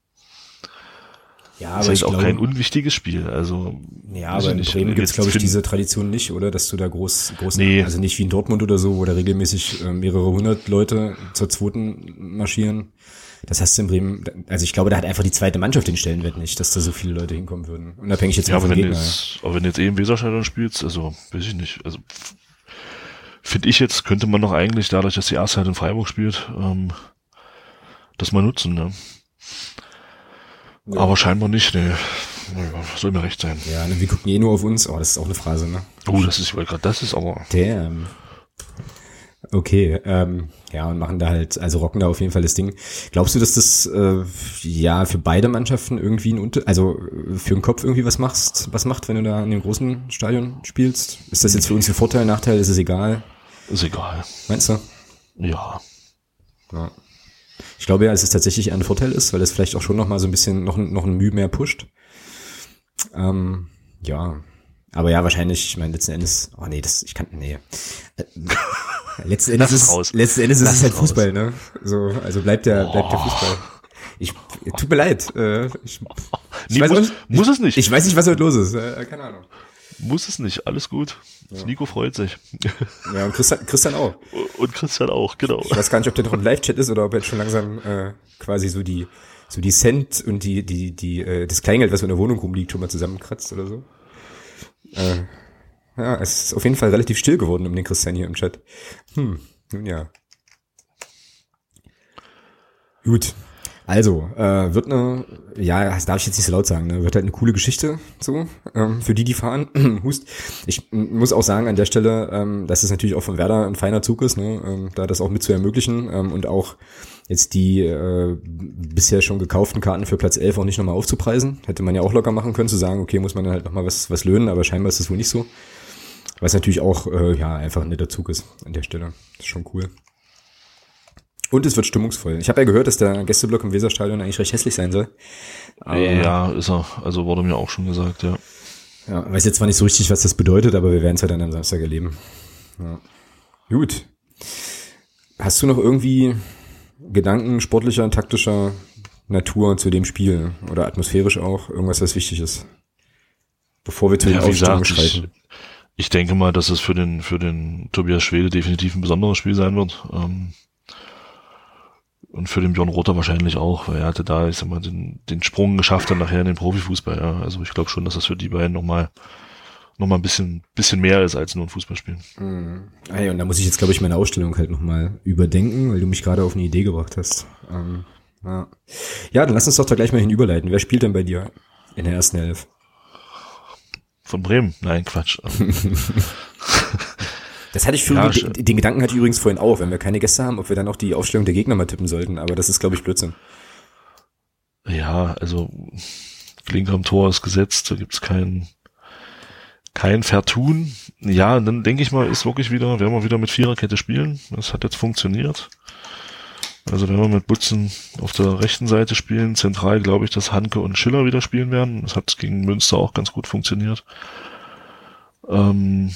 ja, aber ist jetzt auch kein unwichtiges Spiel. Also ja, aber in Bremen gibt's glaube ich diese Tradition nicht, oder? Dass du da groß nee. Also nicht wie in Dortmund oder so, wo da regelmäßig mehrere hundert Leute zur zweiten marschieren. Das hast du in Bremen, also ich glaube, da hat einfach die zweite Mannschaft den Stellenwert nicht, dass da so viele Leute hinkommen würden. Unabhängig jetzt mal vom Gegner. Aber wenn du jetzt im Weserstadion spielst, also weiß ich nicht, also finde ich jetzt, könnte man doch eigentlich, dadurch, dass die erste halt in Freiburg spielt, das mal nutzen, ne? Ja. Aber scheinbar nicht, ne. Soll mir recht sein. Ja, ne, wir gucken eh nur auf uns, das ist auch eine Phrase, ne? Das ist aber... Damn. Okay, ja, und machen da halt, also rocken da auf jeden Fall das Ding. Glaubst du, dass das ja für beide Mannschaften irgendwie also für den Kopf irgendwie was macht, wenn du da in dem großen Stadion spielst? Ist das jetzt für uns ein Vorteil, Nachteil? Ist es egal? Ist egal. Meinst du? Ja. Ich glaube ja, dass es tatsächlich eher ein Vorteil ist, weil es vielleicht auch schon noch mal so ein bisschen noch ein Mühe mehr pusht. Ja. Aber ja, wahrscheinlich, ich meine, letzten Endes, letzten Endes ist es halt Fußball, ne? So, also bleibt der Fußball. Tut mir leid. Muss es nicht. Ich weiß nicht, was heute los ist. Keine Ahnung. Muss es nicht. Alles gut. Ja. Nico freut sich. Ja, und Christian auch. Und Christian auch, genau. Ich weiß gar nicht, ob der noch im Live-Chat ist oder ob er jetzt schon langsam quasi so die Cent und das Kleingeld, was in der Wohnung rumliegt, schon mal zusammenkratzt oder so. Ja, es ist auf jeden Fall relativ still geworden um den Christian hier im Chat. Nun ja. Gut. Also, wird das darf ich jetzt nicht so laut sagen, ne? Wird halt eine coole Geschichte, so, für die fahren. Hust. Ich muss auch sagen an der Stelle, dass es natürlich auch von Werder ein feiner Zug ist, ne? Da das auch mit zu ermöglichen, und auch jetzt die bisher schon gekauften Karten für Platz 11 auch nicht nochmal aufzupreisen. Hätte man ja auch locker machen können, zu sagen, okay, muss man dann halt nochmal was löhnen, aber scheinbar ist das wohl nicht so. Was natürlich auch, einfach ein netter Zug ist an der Stelle. Das ist schon cool. Und es wird stimmungsvoll. Ich habe ja gehört, dass der Gästeblock im Weserstadion eigentlich recht hässlich sein soll. Aber ja, ist er. Also wurde mir auch schon gesagt, ja. Ja, weiß jetzt zwar nicht so richtig, was das bedeutet, aber wir werden es ja dann am Samstag erleben. Ja. Gut. Hast du noch irgendwie Gedanken sportlicher, taktischer Natur zu dem Spiel oder atmosphärisch auch irgendwas, was wichtig ist? Bevor wir zu den Aufstellungen schreiten. Ich denke mal, dass es für den Tobias Schwede definitiv ein besonderes Spiel sein wird. Und für den Björn Rother wahrscheinlich auch, weil er hatte da, ich sag mal, den Sprung geschafft dann nachher in den Profifußball. Ja. Also ich glaube schon, dass das für die beiden nochmal ein bisschen mehr ist als nur ein Fußballspiel. Ja, und da muss ich jetzt, glaube ich, meine Ausstellung halt nochmal überdenken, weil du mich gerade auf eine Idee gebracht hast. Ja, dann lass uns doch da gleich mal hinüberleiten. Wer spielt denn bei dir in der ersten Elf? Von Bremen? Nein, Quatsch. Das hatte ich den Gedanken hatte ich übrigens vorhin auch, wenn wir keine Gäste haben, ob wir dann auch die Aufstellung der Gegner mal tippen sollten, aber das ist, glaube ich, Blödsinn. Ja, also Klinker am Tor ist gesetzt, da gibt's kein Vertun. Ja, und dann denke ich mal, werden wir wieder mit Viererkette spielen. Das hat jetzt funktioniert. Also wenn wir mit Butzen auf der rechten Seite spielen, zentral glaube ich, dass Hanke und Schiller wieder spielen werden. Das hat gegen Münster auch ganz gut funktioniert. Und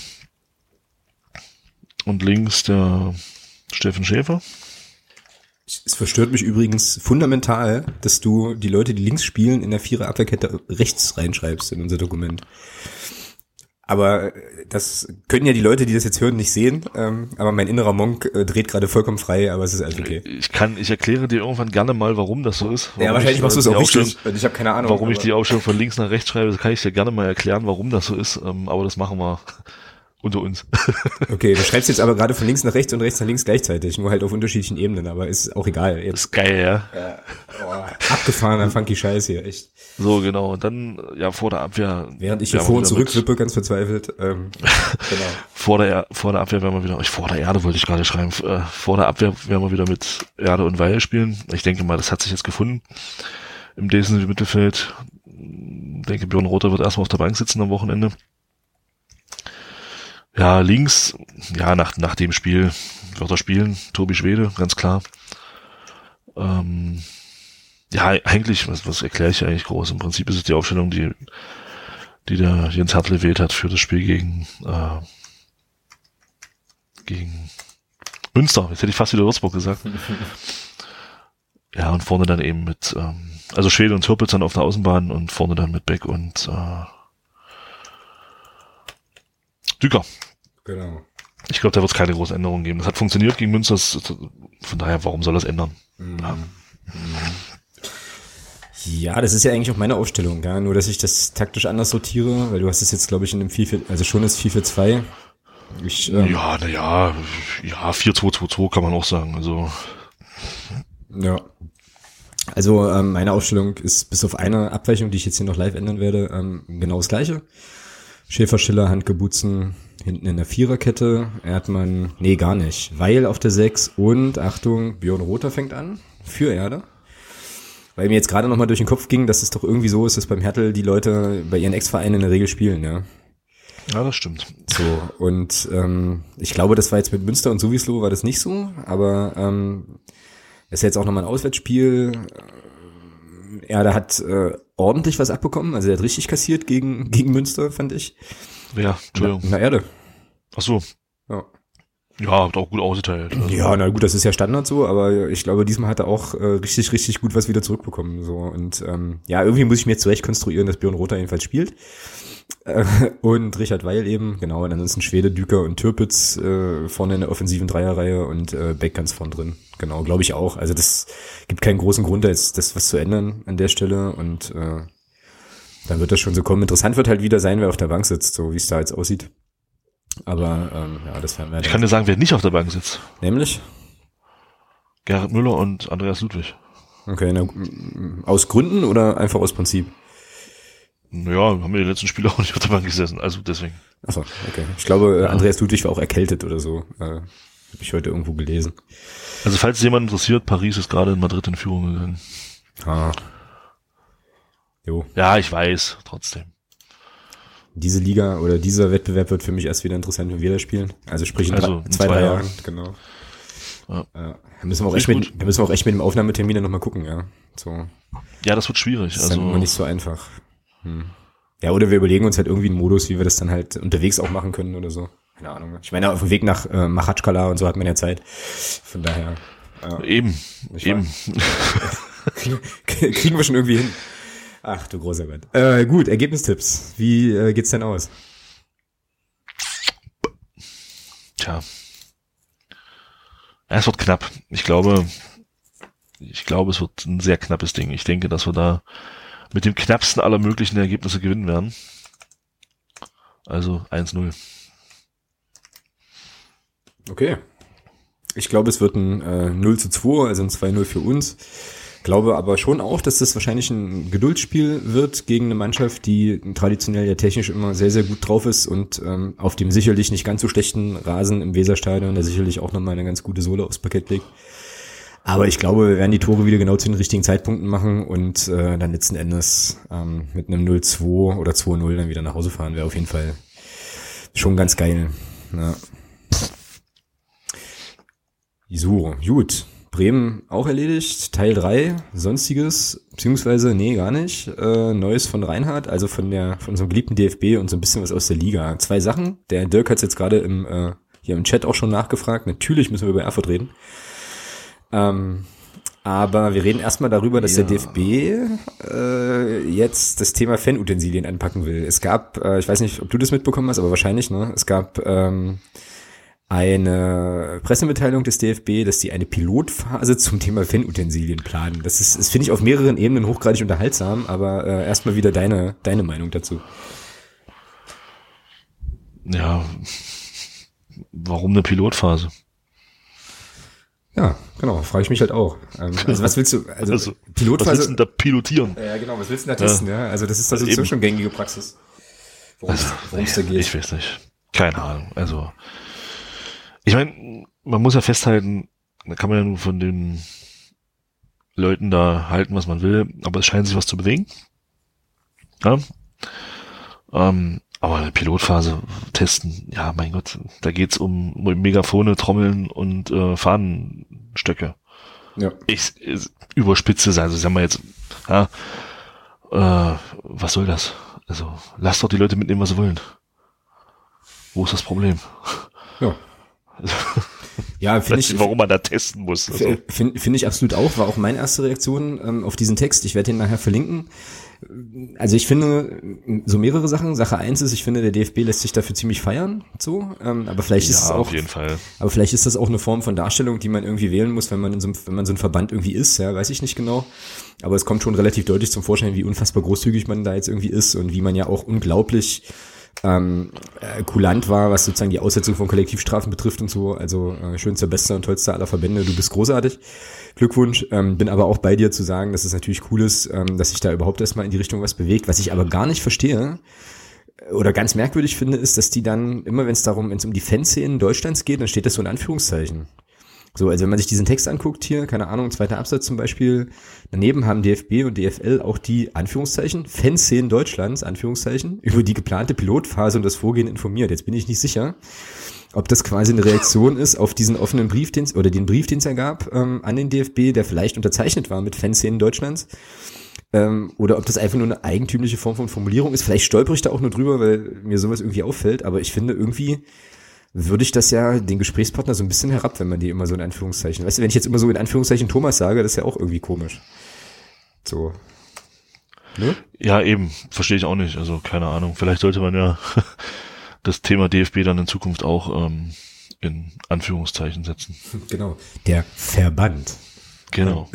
links der Steffen Schäfer. Es verstört mich übrigens fundamental, dass du die Leute, die links spielen, in der Vierer-Abwehrkette rechts reinschreibst in unser Dokument. Aber das können ja die Leute, die das jetzt hören, nicht sehen. Aber mein innerer Monk dreht gerade vollkommen frei, aber es ist alles okay. Ich erkläre dir irgendwann gerne mal, warum das so ist. Ja, wahrscheinlich machst du es auch richtig. Ich habe keine Ahnung. Warum ich die Aufstellung von links nach rechts schreibe, das kann ich dir gerne mal erklären, warum das so ist. Aber das machen wir unter uns. Okay, du schreibst jetzt aber gerade von links nach rechts und rechts nach links gleichzeitig, nur halt auf unterschiedlichen Ebenen, aber ist auch egal. Jetzt. Ist geil, ja. Abgefahrener funky Scheiß hier, echt. So, genau. Und dann, ja, vor der Abwehr. Während ich hier vor und zurück wippe, ganz verzweifelt. Genau. Vor der Abwehr werden wir wieder, vor der Erde wollte ich gerade schreiben, vor der Abwehr werden wir wieder mit Erde und Weil spielen. Ich denke mal, das hat sich jetzt gefunden. Im defensiven Mittelfeld. Ich denke, Björn Rother wird erstmal auf der Bank sitzen am Wochenende. Ja, links, ja, nach dem Spiel wird er spielen, Tobi Schwede, ganz klar. Ja, eigentlich, was erkläre ich eigentlich groß? Im Prinzip ist es die Aufstellung, die der Jens Hertel gewählt hat für das Spiel gegen Münster. Jetzt hätte ich fast wieder Würzburg gesagt. Ja, und vorne dann eben mit, also Schwede und Türpitz dann auf der Außenbahn und vorne dann mit Beck und Düker. Genau. Ich glaube, da wird es keine großen Änderungen geben. Das hat funktioniert gegen Münster, von daher, warum soll das ändern? Ja, das ist ja eigentlich auch meine Aufstellung, ja? Nur, dass ich das taktisch anders sortiere, weil du hast es jetzt, glaube ich, in dem 4-4, also schon das 4-4-2. Ja, 4-2-2-2 kann man auch sagen, also. Ja. Also, meine Aufstellung ist bis auf eine Abweichung, die ich jetzt hier noch live ändern werde, genau das Gleiche. Schäfer, Schiller, Handke, Butzen, hinten in der Viererkette, Erdmann, nee, gar nicht, Weil auf der 6 und, Achtung, Björn Rother fängt an, für Erde. Weil mir jetzt gerade nochmal durch den Kopf ging, dass es doch irgendwie so ist, dass beim Hertel die Leute bei ihren Ex-Vereinen in der Regel spielen, ja. Ja, das stimmt. So, und ich glaube, das war jetzt mit Münster und Suwislo war das nicht so, aber das ist jetzt auch nochmal ein Auswärtsspiel. Erde hat ordentlich was abbekommen, also er hat richtig kassiert gegen Münster, fand ich. Ja, Entschuldigung. Na Erde. Ach so. Ja. Ja, hat auch gut ausgeteilt. Also. Ja, na gut, das ist ja Standard so, aber ich glaube, diesmal hat er auch richtig, richtig gut was wieder zurückbekommen. So. Und ja, irgendwie muss ich mir jetzt zurecht konstruieren, dass Björn Rother jedenfalls spielt. Und Richard Weil eben, genau, und ansonsten Schwede, Düker und Türpitz vorne in der offensiven Dreierreihe und Beck ganz vorn drin. Genau, glaube ich auch. Also das gibt keinen großen Grund, da jetzt das was zu ändern an der Stelle und dann wird das schon so kommen. Interessant wird halt wieder sein, wer auf der Bank sitzt, so wie es da jetzt aussieht. Aber ja, das werden wir. Ich kann dir sagen, wer nicht auf der Bank sitzt. Nämlich? Gerhard Müller und Andreas Ludwig. Okay, na, aus Gründen oder einfach aus Prinzip? Naja, haben wir die letzten Spiele auch nicht auf der Bank gesessen, also deswegen. Achso, okay. Ich glaube, Andreas Ludwig war auch erkältet oder so. Habe ich heute irgendwo gelesen. Also falls jemand interessiert, Paris ist gerade in Madrid in Führung gegangen. Ah. Jo. Ja, ich weiß, trotzdem. Diese Liga oder dieser Wettbewerb wird für mich erst wieder interessant, wenn wir da spielen. Also sprich in 2-3 Jahren. Genau. Ja. Da müssen wir auch echt mit dem Aufnahmetermin dann nochmal gucken, ja. So. Ja, das wird schwierig. Das ist dann immer nicht so einfach. Ja, oder wir überlegen uns halt irgendwie einen Modus, wie wir das dann halt unterwegs auch machen können oder so. Keine Ahnung. Ich meine, auf dem Weg nach Machatschkala und so hat man ja Zeit. Von daher. Eben. Kriegen wir schon irgendwie hin. Ach du großer Gott. Gut, Ergebnistipps. Wie geht's denn aus? Tja. Es wird knapp. Ich glaube, es wird ein sehr knappes Ding. Ich denke, dass wir da mit dem knappsten aller möglichen Ergebnisse gewinnen werden. Also 1-0. Okay. Ich glaube, es wird ein 0-2, also ein 2-0 für uns. Glaube aber schon auch, dass das wahrscheinlich ein Geduldsspiel wird gegen eine Mannschaft, die traditionell ja technisch immer sehr, sehr gut drauf ist und auf dem sicherlich nicht ganz so schlechten Rasen im Weserstadion, der sicherlich auch nochmal eine ganz gute Sohle aufs Parkett legt. Aber ich glaube, wir werden die Tore wieder genau zu den richtigen Zeitpunkten machen und dann letzten Endes mit einem 0-2 oder 2-0 dann wieder nach Hause fahren. Wäre auf jeden Fall schon ganz geil. Ja. So, gut. Bremen auch erledigt, Teil 3, Sonstiges, beziehungsweise, nee, gar nicht, Neues von Reinhard, also von unserem geliebten DFB und so ein bisschen was aus der Liga. 2 Sachen, der Dirk hat es jetzt gerade hier im Chat auch schon nachgefragt, natürlich müssen wir über Erfurt reden, aber wir reden erstmal darüber, dass der DFB jetzt das Thema Fanutensilien anpacken will. Es gab, ich weiß nicht, ob du das mitbekommen hast, aber wahrscheinlich, ne, es gab eine Pressemitteilung des DFB, dass die eine Pilotphase zum Thema Fanutensilien planen. Das finde ich auf mehreren Ebenen hochgradig unterhaltsam, aber erstmal wieder deine Meinung dazu. Ja, warum eine Pilotphase? Ja, genau, frage ich mich halt auch. Also was willst du, also Pilotphase. Was willst du denn da pilotieren? Ja, genau, was willst du denn da testen, ja? Also das ist also so schon gängige Praxis. Worum es da geht. Ich weiß nicht. Keine Ahnung. Also ich meine, man muss ja festhalten, da kann man ja nur von den Leuten da halten, was man will, aber es scheint sich was zu bewegen. Ja. Aber eine Pilotphase testen, ja, mein Gott, da geht's um Megafone, Trommeln und Fahnenstöcke. Ja. Ich überspitze es, also sagen wir jetzt, ja, was soll das? Also, lass doch die Leute mitnehmen, was sie wollen. Wo ist das Problem? Ja. Ja, finde ich, warum man da testen muss. Also. Finde ich absolut auch, war auch meine erste Reaktion auf diesen Text. Ich werde den nachher verlinken. Also ich finde so mehrere Sachen. Sache 1 ist, ich finde, der DFB lässt sich dafür ziemlich feiern, so. Aber vielleicht ist es auch, auf jeden Fall. Aber vielleicht ist das auch eine Form von Darstellung, die man irgendwie wählen muss, wenn man so ein Verband irgendwie ist, ja, weiß ich nicht genau. Aber es kommt schon relativ deutlich zum Vorschein, wie unfassbar großzügig man da jetzt irgendwie ist und wie man ja auch unglaublich kulant war, was sozusagen die Aussetzung von Kollektivstrafen betrifft und so. Also schönster, bester und tollster aller Verbände. Du bist großartig. Glückwunsch. Bin aber auch bei dir zu sagen, dass es natürlich cool ist, dass sich da überhaupt erstmal in die Richtung was bewegt. Was ich aber gar nicht verstehe oder ganz merkwürdig finde, ist, dass die dann, immer wenn es um die Fanszenen Deutschlands geht, dann steht das so in Anführungszeichen. So, also wenn man sich diesen Text anguckt hier, keine Ahnung, 2. Absatz zum Beispiel, daneben haben DFB und DFL auch die, Anführungszeichen, Fanszenen Deutschlands, Anführungszeichen, über die geplante Pilotphase und das Vorgehen informiert. Jetzt bin ich nicht sicher, ob das quasi eine Reaktion ist auf diesen offenen Brief, den es ja gab an den DFB, der vielleicht unterzeichnet war mit Fanszenen Deutschlands, oder ob das einfach nur eine eigentümliche Form von Formulierung ist. Vielleicht stolper ich da auch nur drüber, weil mir sowas irgendwie auffällt, aber ich finde irgendwie würde ich das ja den Gesprächspartner so ein bisschen herab, wenn man die immer so in Anführungszeichen, weißt du, wenn ich jetzt immer so in Anführungszeichen Thomas sage, das ist ja auch irgendwie komisch. So. Ne? Ja, eben, verstehe ich auch nicht, also keine Ahnung, vielleicht sollte man ja das Thema DFB dann in Zukunft auch in Anführungszeichen setzen. Genau, der Verband. Genau.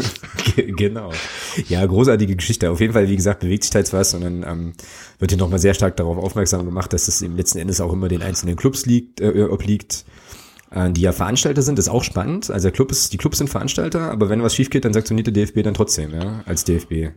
Genau. Ja, großartige Geschichte. Auf jeden Fall, wie gesagt, bewegt sich da jetzt was und dann wird hier nochmal sehr stark darauf aufmerksam gemacht, dass es im letzten Endes auch immer den einzelnen Clubs obliegt, die ja Veranstalter sind. Das ist auch spannend. Also die Clubs sind Veranstalter, aber wenn was schief geht, dann sanktioniert der DFB dann trotzdem, ja, als DFB.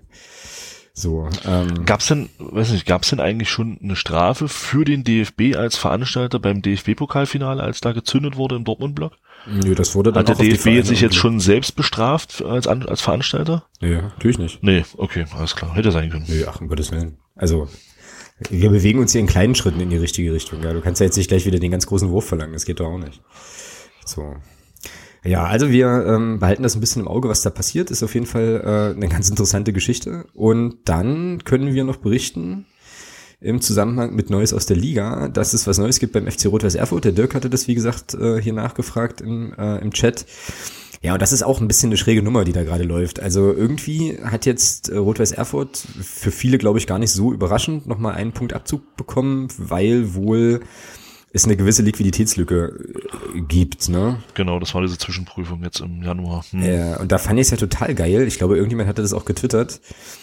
So. Gab's denn eigentlich schon eine Strafe für den DFB als Veranstalter beim DFB-Pokalfinale, als da gezündet wurde im Dortmund-Block? Nö, das wurde dann hat der DFB sich jetzt schon selbst bestraft als Veranstalter? Nee, natürlich nicht. Nee, okay, alles klar. Hätte sein können. Nö, ach, um Gottes Willen. Also, wir bewegen uns hier in kleinen Schritten in die richtige Richtung. Ja, du kannst ja jetzt nicht gleich wieder den ganz großen Wurf verlangen. Das geht doch auch nicht. So. Ja, also wir behalten das ein bisschen im Auge, was da passiert. Ist auf jeden Fall eine ganz interessante Geschichte. Und dann können wir noch berichten, im Zusammenhang mit Neues aus der Liga, dass es was Neues gibt beim FC Rot-Weiß Erfurt. Der Dirk hatte das, wie gesagt, hier nachgefragt im Chat. Ja, und das ist auch ein bisschen eine schräge Nummer, die da gerade läuft. Also irgendwie hat jetzt Rot-Weiß Erfurt für viele, glaube ich, gar nicht so überraschend nochmal einen Punkt Abzug bekommen, weil wohl es eine gewisse Liquiditätslücke gibt, ne? Genau, das war diese Zwischenprüfung jetzt im Januar. Und da fand ich es ja total geil. Ich glaube, irgendjemand hatte das auch getwittert.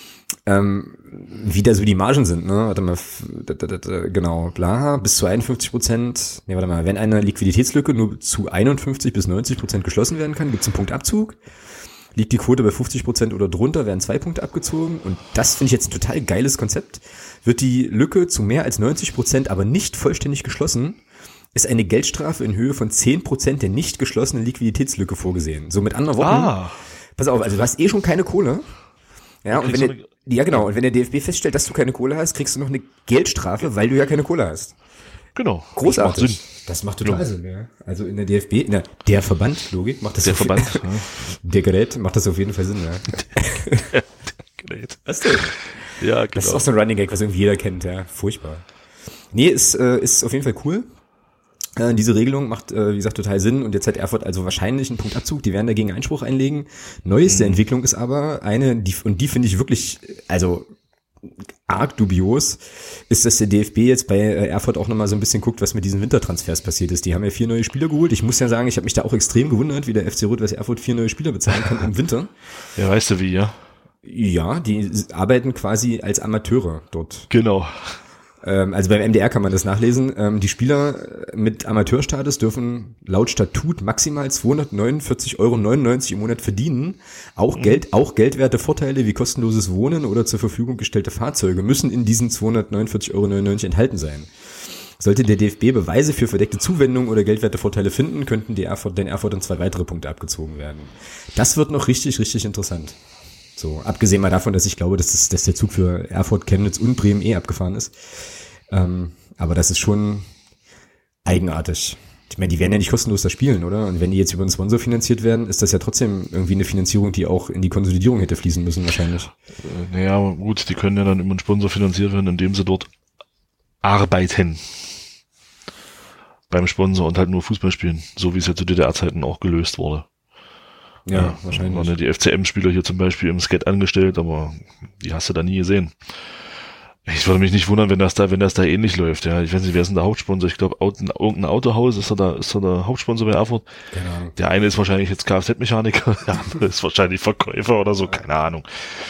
Wie da so die Margen sind, ne? Warte mal, genau, bla, bis zu 51%. Ne, warte mal, wenn eine Liquiditätslücke nur zu 51 bis 90% geschlossen werden kann, gibt's einen Punktabzug. Liegt die Quote bei 50% oder drunter, werden 2 Punkte abgezogen. Und das finde ich jetzt ein total geiles Konzept. Wird die Lücke zu mehr als 90% aber nicht vollständig geschlossen, ist eine Geldstrafe in Höhe von 10% der nicht geschlossenen Liquiditätslücke vorgesehen. So mit anderen Worten, pass auf, also du hast schon keine Kohle. Ja, und und wenn der DFB feststellt, dass du keine Kohle hast, kriegst du noch eine Geldstrafe, weil du ja keine Kohle hast. Genau. Großartig. Das macht total Sinn, ja. Also in der DFB, in der Verbandlogik macht das der Verband, der Gerät macht das auf jeden Fall Sinn, ja. Der Gerät. Was denn? Ja, genau. Das ist auch so ein Running Gag, was irgendwie jeder kennt, ja. Furchtbar. Nee, ist auf jeden Fall cool. Diese Regelung macht, wie gesagt, total Sinn und jetzt hat Erfurt also wahrscheinlich einen Punktabzug, die werden dagegen Einspruch einlegen. Neueste Entwicklung ist aber die finde ich wirklich, also arg dubios, ist, dass der DFB jetzt bei Erfurt auch nochmal so ein bisschen guckt, was mit diesen Wintertransfers passiert ist. Die haben ja 4 neue Spieler geholt. Ich muss ja sagen, ich habe mich da auch extrem gewundert, wie der FC Rot-Weiß Erfurt 4 neue Spieler bezahlen kann im Winter. Ja, weißt du wie, ja? Ja, die arbeiten quasi als Amateure dort. Genau. Also beim MDR kann man das nachlesen. Die Spieler mit Amateurstatus dürfen laut Statut maximal 249,99 € im Monat verdienen. Auch geldwerte Vorteile wie kostenloses Wohnen oder zur Verfügung gestellte Fahrzeuge müssen in diesen 249,99 € enthalten sein. Sollte der DFB Beweise für verdeckte Zuwendung oder geldwerte Vorteile finden, könnten den Erfurtern 2 weitere Punkte abgezogen werden. Das wird noch richtig, richtig interessant. So, abgesehen mal davon, dass ich glaube, dass der Zug für Erfurt, Chemnitz und Bremen abgefahren ist. Aber das ist schon eigenartig. Ich meine, die werden ja nicht kostenlos da spielen, oder? Und wenn die jetzt über einen Sponsor finanziert werden, ist das ja trotzdem irgendwie eine Finanzierung, die auch in die Konsolidierung hätte fließen müssen wahrscheinlich. Naja, gut, die können ja dann über einen Sponsor finanziert werden, indem sie dort arbeiten. Beim Sponsor und halt nur Fußball spielen. So wie es ja zu DDR-Zeiten auch gelöst wurde. Ja, wahrscheinlich. Waren ja die FCM-Spieler hier zum Beispiel im Skat angestellt, aber die hast du da nie gesehen. Ich würde mich nicht wundern, wenn das da ähnlich läuft. Ja, ich weiß nicht, wer ist denn der Hauptsponsor? Ich glaube, irgendein Autohaus ist da der Hauptsponsor bei Erfurt. Keine Ahnung. Der eine ist wahrscheinlich jetzt Kfz-Mechaniker, der andere ist wahrscheinlich Verkäufer oder so, keine Ahnung.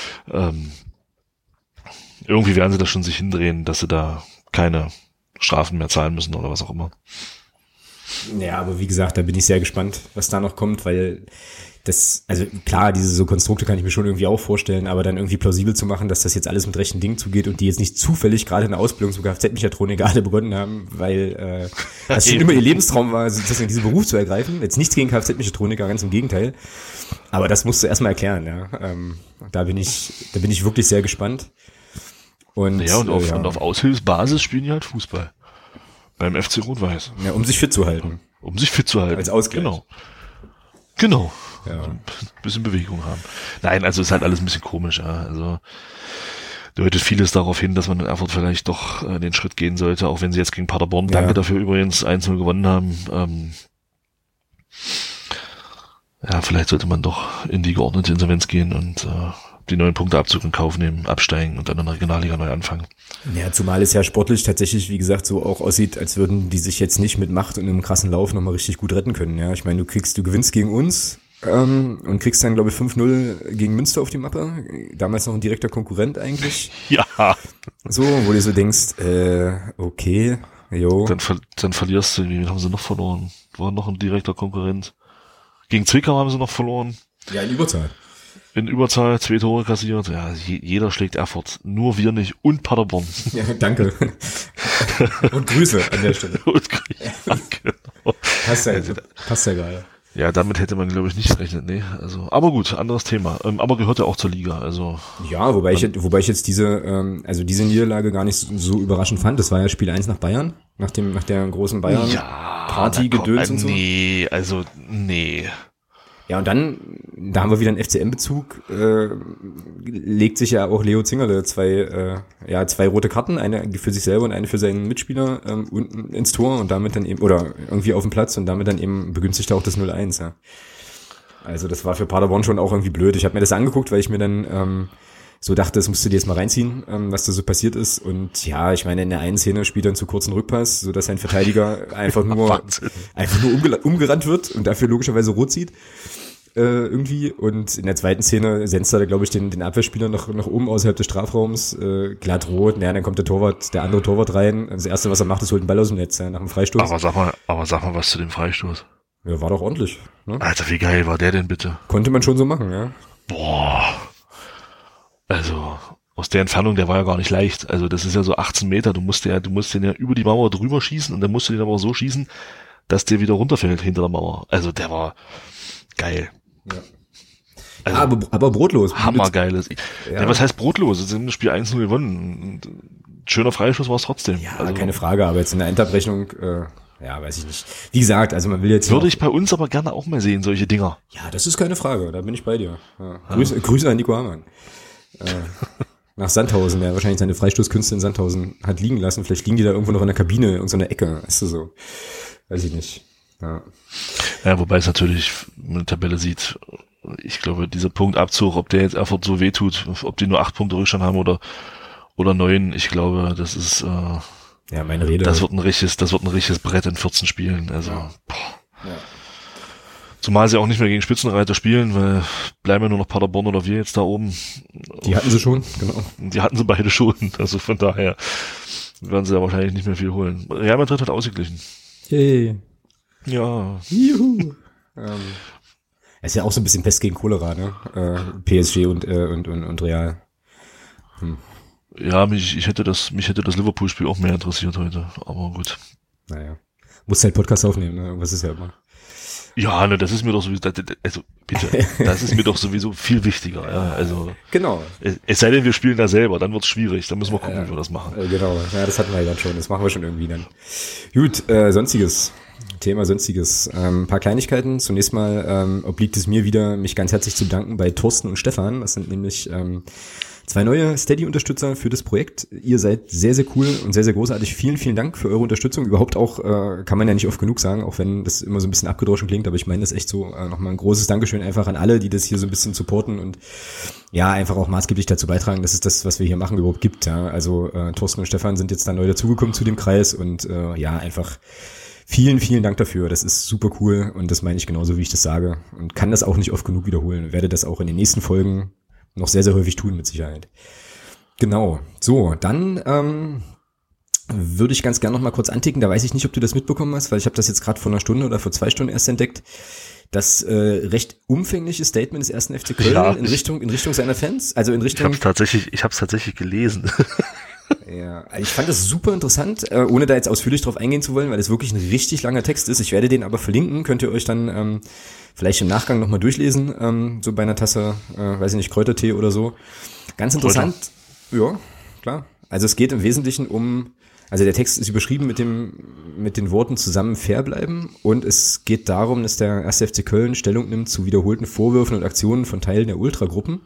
Irgendwie werden sie das schon sich hindrehen, dass sie da keine Strafen mehr zahlen müssen oder was auch immer. Ja, aber wie gesagt, da bin ich sehr gespannt, was da noch kommt, weil also klar, diese so Konstrukte kann ich mir schon irgendwie auch vorstellen, aber dann irgendwie plausibel zu machen, dass das jetzt alles mit rechten Dingen zugeht und die jetzt nicht zufällig gerade eine Ausbildung zum Kfz-Mechatronik gerade begonnen haben, weil das schon immer ihr Lebenstraum war, sozusagen diesen Beruf zu ergreifen. Jetzt nichts gegen Kfz-Mechatroniker, ganz im Gegenteil. Aber das musst du erstmal erklären, ja. Da bin ich wirklich sehr gespannt. Und auf Aushilfsbasis spielen die halt Fußball. Beim FC Rot-Weiß. Ja, um sich fit zu halten. Als Ausgleich. Genau. Ja. Also ein bisschen Bewegung haben. Nein, also ist halt alles ein bisschen komisch. Ja. Also deutet vieles darauf hin, dass man in Erfurt vielleicht doch den Schritt gehen sollte, auch wenn sie jetzt gegen Paderborn, danke dafür übrigens, 1-0 gewonnen haben. Vielleicht sollte man doch in die geordnete Insolvenz gehen und die 9 Punkte Abzug in Kauf nehmen, absteigen und dann in der Regionalliga neu anfangen. Ja, zumal es ja sportlich tatsächlich, wie gesagt, so auch aussieht, als würden die sich jetzt nicht mit Macht und einem krassen Lauf nochmal richtig gut retten können. Ja, ich meine, du gewinnst gegen uns und kriegst dann, glaube ich, 5-0 gegen Münster auf die Mappe. Damals noch ein direkter Konkurrent eigentlich. Ja. So, wo du so denkst, okay, jo. Dann verlierst du, wie haben sie noch verloren? War noch ein direkter Konkurrent. Gegen Zwickau haben sie noch verloren. Ja, in Überzahl. In Überzahl, 2 Tore kassiert. Ja, jeder schlägt Erfurt. Nur wir nicht. Und Paderborn. Ja, danke. Und Grüße an der Stelle. Genau. Passt ja gerade. Ja, damit hätte man, glaube ich, nicht gerechnet. Nee, also, aber gut, anderes Thema. Aber gehört ja auch zur Liga, also. Ja, wobei ich jetzt diese Niederlage gar nicht so überraschend fand. Das war ja Spiel 1 nach Bayern. Nach der großen Bayern-Party-Gedöns und so. Nee. Ja, und dann, da haben wir wieder einen FCM-Bezug, legt sich ja auch Leo Zingerle zwei rote Karten, eine für sich selber und eine für seinen Mitspieler unten ins Tor und damit dann eben, oder irgendwie auf dem Platz und damit dann eben begünstigt auch das 0-1, ja. Also das war für Paderborn schon auch irgendwie blöd. Ich habe mir das angeguckt, weil ich mir dann so dachte, das musst du dir jetzt mal reinziehen, was da so passiert ist. Und ja, ich meine, in der einen Szene spielt er einen zu kurzen Rückpass, sodass sein Verteidiger einfach nur umgerannt wird und dafür logischerweise rot sieht. Irgendwie. Und in der zweiten Szene senzt er, glaube ich, den Abwehrspieler nach oben außerhalb des Strafraums, glatt rot. Naja, dann kommt der andere Torwart rein. Das erste, was er macht, ist holt den Ball aus dem Netz, nach dem Freistoß. Aber sag mal was zu dem Freistoß. Ja, war doch ordentlich. Ne? Alter, wie geil war der denn bitte? Konnte man schon so machen, ja. Boah. Also, aus der Entfernung, der war ja gar nicht leicht. Also, das ist ja so 18 Meter. Du musst den ja über die Mauer drüber schießen und dann musst du den aber so schießen, dass der wieder runterfällt hinter der Mauer. Also, der war geil. Ja. Also, aber brotlos. Hammergeiles. Ja. Was heißt brotlos? Sie haben das Spiel 1-0 gewonnen. Schöner Freischuss war es trotzdem. Ja, also, keine Frage, aber jetzt in der Endabrechnung, ja, weiß ich nicht. Wie gesagt, also man will jetzt... Würde ich bei uns aber gerne auch mal sehen, solche Dinger. Ja, das ist keine Frage, da bin ich bei dir. Ja. Grüße an Nico Hamann. Nach Sandhausen, der wahrscheinlich seine Freistoßkünste in Sandhausen hat liegen lassen. Vielleicht liegen die da irgendwo noch in der Kabine, in so einer Ecke, weißt du so. Weiß ich nicht. Ja, wobei es natürlich, wenn man die Tabelle sieht, ich glaube, dieser Punktabzug, ob der jetzt Erfurt so wehtut, ob die nur 8 Punkte Rückstand haben oder 9, ich glaube, das ist... ja, meine Rede. Das wird ein richtiges Brett in 14 Spielen. Also, ja. Zumal sie auch nicht mehr gegen Spitzenreiter spielen, weil bleiben ja nur noch Paderborn oder wir jetzt da oben. Die hatten sie schon, genau. Die hatten sie beide schon. Also von daher werden sie ja wahrscheinlich nicht mehr viel holen. Real Madrid hat ausgeglichen. Yay. Ja. Juhu. Ist ja auch so ein bisschen Pest gegen Cholera, ne? PSG und Real. Ja, mich hätte das Liverpool-Spiel auch mehr interessiert heute, aber gut. Naja. Musst halt Podcast aufnehmen, ne? Was ist ja immer. Ja, ne, das ist mir doch sowieso, also bitte, das ist mir doch sowieso viel wichtiger, ja, also. Genau. Es sei denn, wir spielen da selber, dann wird's schwierig, dann müssen wir gucken, wie wir das machen. Genau, ja, das hatten wir ja dann schon, das machen wir schon irgendwie dann. Gut, Sonstiges. Ein paar Kleinigkeiten. Zunächst mal obliegt es mir wieder, mich ganz herzlich zu bedanken bei Thorsten und Stefan. Das sind nämlich 2 neue Steady-Unterstützer für das Projekt. Ihr seid sehr, sehr cool und sehr, sehr großartig. Vielen, vielen Dank für eure Unterstützung. Überhaupt auch, kann man ja nicht oft genug sagen, auch wenn das immer so ein bisschen abgedroschen klingt, aber ich meine das echt so. Nochmal ein großes Dankeschön einfach an alle, die das hier so ein bisschen supporten und ja, einfach auch maßgeblich dazu beitragen, dass es das, was wir hier machen, überhaupt gibt. Ja. Also Thorsten und Stefan sind jetzt da neu dazugekommen zu dem Kreis und ja, einfach vielen, vielen Dank dafür. Das ist super cool und das meine ich genauso, wie ich das sage und kann das auch nicht oft genug wiederholen. Werde das auch in den nächsten Folgen noch sehr, sehr häufig tun, mit Sicherheit. Genau. So, dann würde ich ganz gerne noch mal kurz anticken. Da weiß ich nicht, ob du das mitbekommen hast, weil ich habe das jetzt gerade vor einer Stunde oder vor 2 Stunden erst entdeckt. Das recht umfängliche Statement des 1. FC Köln in Richtung seiner Fans. Also in Richtung... Ich hab's tatsächlich gelesen. Ja, ich fand das super interessant, ohne da jetzt ausführlich drauf eingehen zu wollen, weil das wirklich ein richtig langer Text ist. Ich werde den aber verlinken, könnt ihr euch dann vielleicht im Nachgang nochmal durchlesen, so bei einer Tasse, weiß ich nicht, Kräutertee oder so. Ganz interessant. Kräuter. Ja, klar. Also es geht im Wesentlichen also der Text ist überschrieben mit den Worten zusammen fair bleiben und es geht darum, dass der 1. FC Köln Stellung nimmt zu wiederholten Vorwürfen und Aktionen von Teilen der Ultragruppen.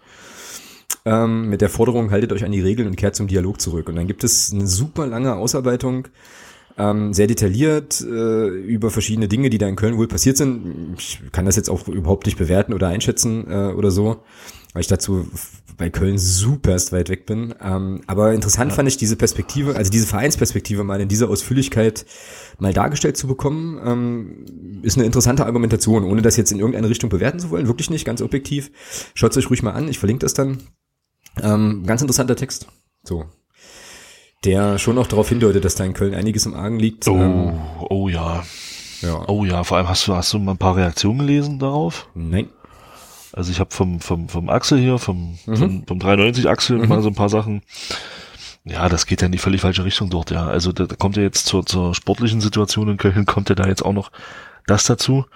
Mit der Forderung, haltet euch an die Regeln und kehrt zum Dialog zurück. Und dann gibt es eine super lange Ausarbeitung, sehr detailliert über verschiedene Dinge, die da in Köln wohl passiert sind. Ich kann das jetzt auch überhaupt nicht bewerten oder einschätzen oder so, weil ich dazu bei Köln superst weit weg bin. Aber interessant fand ich diese Perspektive, also diese Vereinsperspektive mal in dieser Ausführlichkeit mal dargestellt zu bekommen, ist eine interessante Argumentation, ohne das jetzt in irgendeine Richtung bewerten zu wollen. Wirklich nicht, ganz objektiv. Schaut es euch ruhig mal an, ich verlinke das dann. Ganz interessanter Text. So. Der schon auch darauf hindeutet, dass da in Köln einiges im Argen liegt. Oh ja. Oh ja, vor allem hast du mal ein paar Reaktionen gelesen darauf? Nein. Also ich habe vom Axel hier, vom 93 Axel mal so ein paar Sachen. Ja, das geht ja in die völlig falsche Richtung dort, ja. Also da kommt ja jetzt zur sportlichen Situation in Köln, kommt ja da jetzt auch noch das dazu.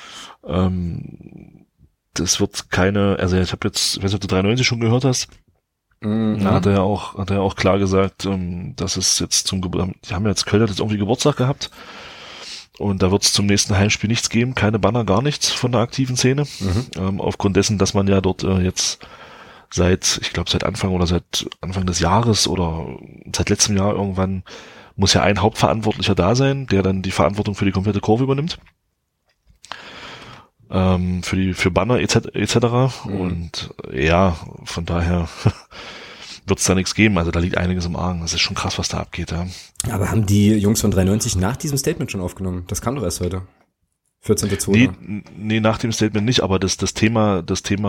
Das wird also ich habe jetzt, ich weiß nicht, ob du 93 schon gehört hast. Da hat er ja auch klar gesagt, dass es jetzt Köln hat jetzt irgendwie Geburtstag gehabt und da wird es zum nächsten Heimspiel nichts geben, keine Banner, gar nichts von der aktiven Szene, aufgrund dessen, dass man ja dort jetzt seit Anfang des Jahres oder seit letztem Jahr irgendwann muss ja ein Hauptverantwortlicher da sein, der dann die Verantwortung für die komplette Kurve übernimmt. für Banner etc. Und ja, von daher wird es da nichts geben. Also da liegt einiges im Argen. Das ist schon krass, was da abgeht. Ja. Aber haben die Jungs von 93 nach diesem Statement schon aufgenommen? Das kam doch erst heute. 14.2. Nee, nach dem Statement nicht, aber das Thema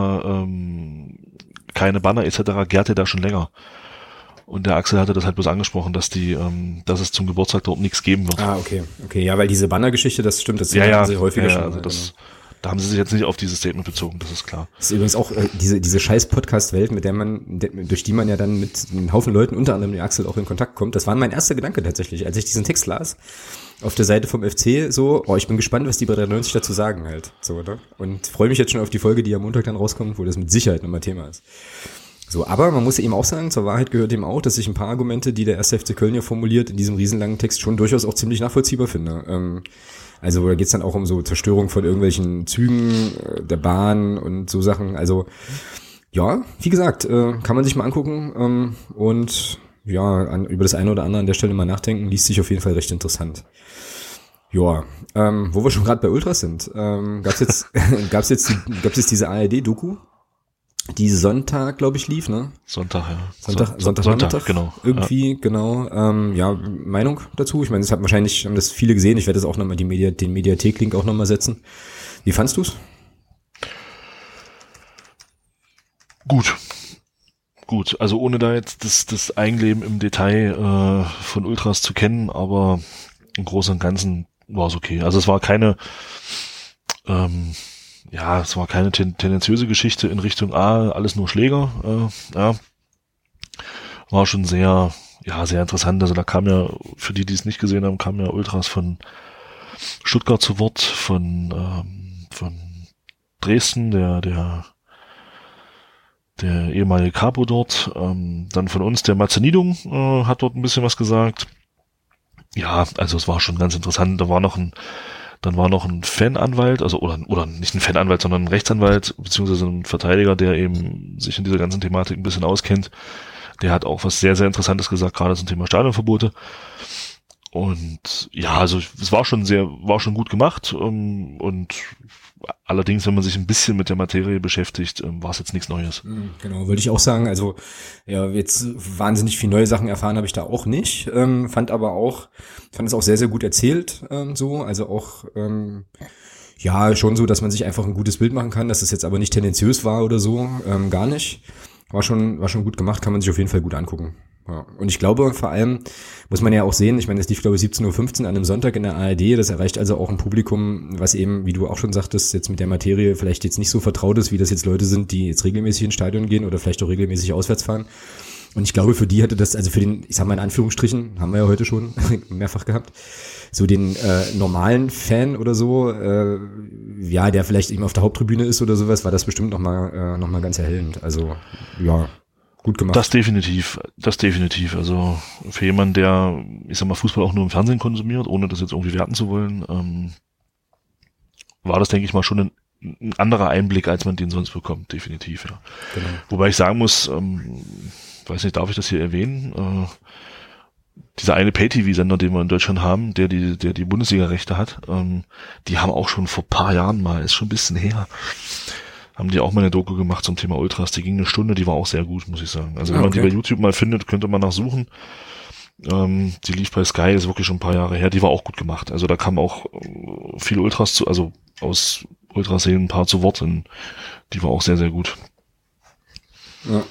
keine Banner etc. gärte da schon länger. Und der Axel hatte das halt bloß angesprochen, dass es zum Geburtstag dort nichts geben wird. Ah, okay. Ja, weil diese Bannergeschichte, das stimmt, das haben sie häufiger schon. Also da haben sie sich jetzt nicht auf dieses Statement bezogen, das ist klar. Das ist übrigens auch diese scheiß Podcast-Welt, durch die man ja dann mit einem Haufen Leuten, unter anderem den Axel, auch in Kontakt kommt. Das war mein erster Gedanke tatsächlich, als ich diesen Text las, auf der Seite vom FC, so, ich bin gespannt, was die bei 93 dazu sagen halt. So, ne? Und freue mich jetzt schon auf die Folge, die am Montag dann rauskommt, wo das mit Sicherheit nochmal Thema ist. So, aber man muss eben auch sagen, zur Wahrheit gehört eben auch, dass ich ein paar Argumente, die der 1. FC Köln ja formuliert, in diesem riesenlangen Text schon durchaus auch ziemlich nachvollziehbar finde. Also da geht's dann auch um so Zerstörung von irgendwelchen Zügen, der Bahn und so Sachen. Also ja, wie gesagt, kann man sich mal angucken und ja, über das eine oder andere an der Stelle mal nachdenken, liest sich auf jeden Fall recht interessant. Ja, wo wir schon gerade bei Ultras sind, gab's jetzt diese ARD-Doku, die Sonntag, glaube ich, lief, ne? Sonntag, ja. Sonntagnachmittag, genau. Irgendwie, ja. Genau. Ja, Meinung dazu? Ich meine, haben das viele gesehen. Ich werde das auch nochmal den Mediathek-Link auch nochmal setzen. Wie fandst du's? Gut. Also ohne da jetzt das Einleben im Detail von Ultras zu kennen, aber im Großen und Ganzen war es okay. Also es war keine tendenziöse Geschichte in Richtung alles nur Schläger. War schon sehr interessant. Also da kam ja, für die es nicht gesehen haben, kamen ja Ultras von Stuttgart zu Wort, von Dresden, der ehemalige Capo dort, dann von uns, der Matze Niedung, hat dort ein bisschen was gesagt. Ja, also es war schon ganz interessant. Dann war noch ein Fananwalt, also oder nicht ein Fananwalt, sondern ein Rechtsanwalt, beziehungsweise ein Verteidiger, der eben sich in dieser ganzen Thematik ein bisschen auskennt. Der hat auch was sehr, sehr Interessantes gesagt, gerade zum Thema Stadionverbote. Und ja, also es war schon gut gemacht. Und allerdings, wenn man sich ein bisschen mit der Materie beschäftigt, war es jetzt nichts Neues. Genau, würde ich auch sagen. Also ja, jetzt wahnsinnig viel neue Sachen erfahren habe ich da auch nicht. Fand es auch sehr, sehr gut erzählt. So, also auch ja schon so, dass man sich einfach ein gutes Bild machen kann, dass es jetzt aber nicht tendenziös war oder so, gar nicht. War schon gut gemacht, kann man sich auf jeden Fall gut angucken. Ja. Und ich glaube, vor allem muss man ja auch sehen, ich meine, es lief, glaube ich, 17.15 Uhr an einem Sonntag in der ARD, das erreicht also auch ein Publikum, was eben, wie du auch schon sagtest, jetzt mit der Materie vielleicht jetzt nicht so vertraut ist, wie das jetzt Leute sind, die jetzt regelmäßig ins Stadion gehen oder vielleicht auch regelmäßig auswärts fahren. Und ich glaube, für die hatte das, also für den, ich sag mal in Anführungsstrichen, haben wir ja heute schon mehrfach gehabt, so den normalen Fan oder so, ja, der vielleicht eben auf der Haupttribüne ist oder sowas, war das bestimmt noch mal ganz erhellend. Also ja, gut gemacht. Das definitiv. Also für jemanden, der, ich sag mal, Fußball auch nur im Fernsehen konsumiert, ohne das jetzt irgendwie werten zu wollen, war das, denke ich mal, schon ein anderer Einblick, als man den sonst bekommt, definitiv, ja. Genau. Wobei ich sagen muss, weiß nicht, darf ich das hier erwähnen? Dieser eine Pay-TV-Sender, den wir in Deutschland haben, der die Bundesliga-Rechte hat, die haben auch schon vor ein paar Jahren mal, ist schon ein bisschen her, haben die auch mal eine Doku gemacht zum Thema Ultras. Die ging eine Stunde, die war auch sehr gut, muss ich sagen. Also wenn man die bei YouTube mal findet, könnte man nachsuchen. Die lief bei Sky, ist wirklich schon ein paar Jahre her, die war auch gut gemacht. Also da kamen auch viele Ultras also aus Ultraszenen ein paar zu Wort und die war auch sehr, sehr gut. Ja.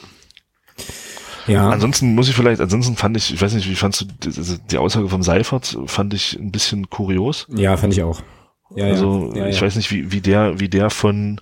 Ja. Ansonsten fand ich weiß nicht, wie fandst du die Aussage vom Seifert, fand ich ein bisschen kurios. Ja, fand ich auch. Ja, also ich weiß nicht, wie der von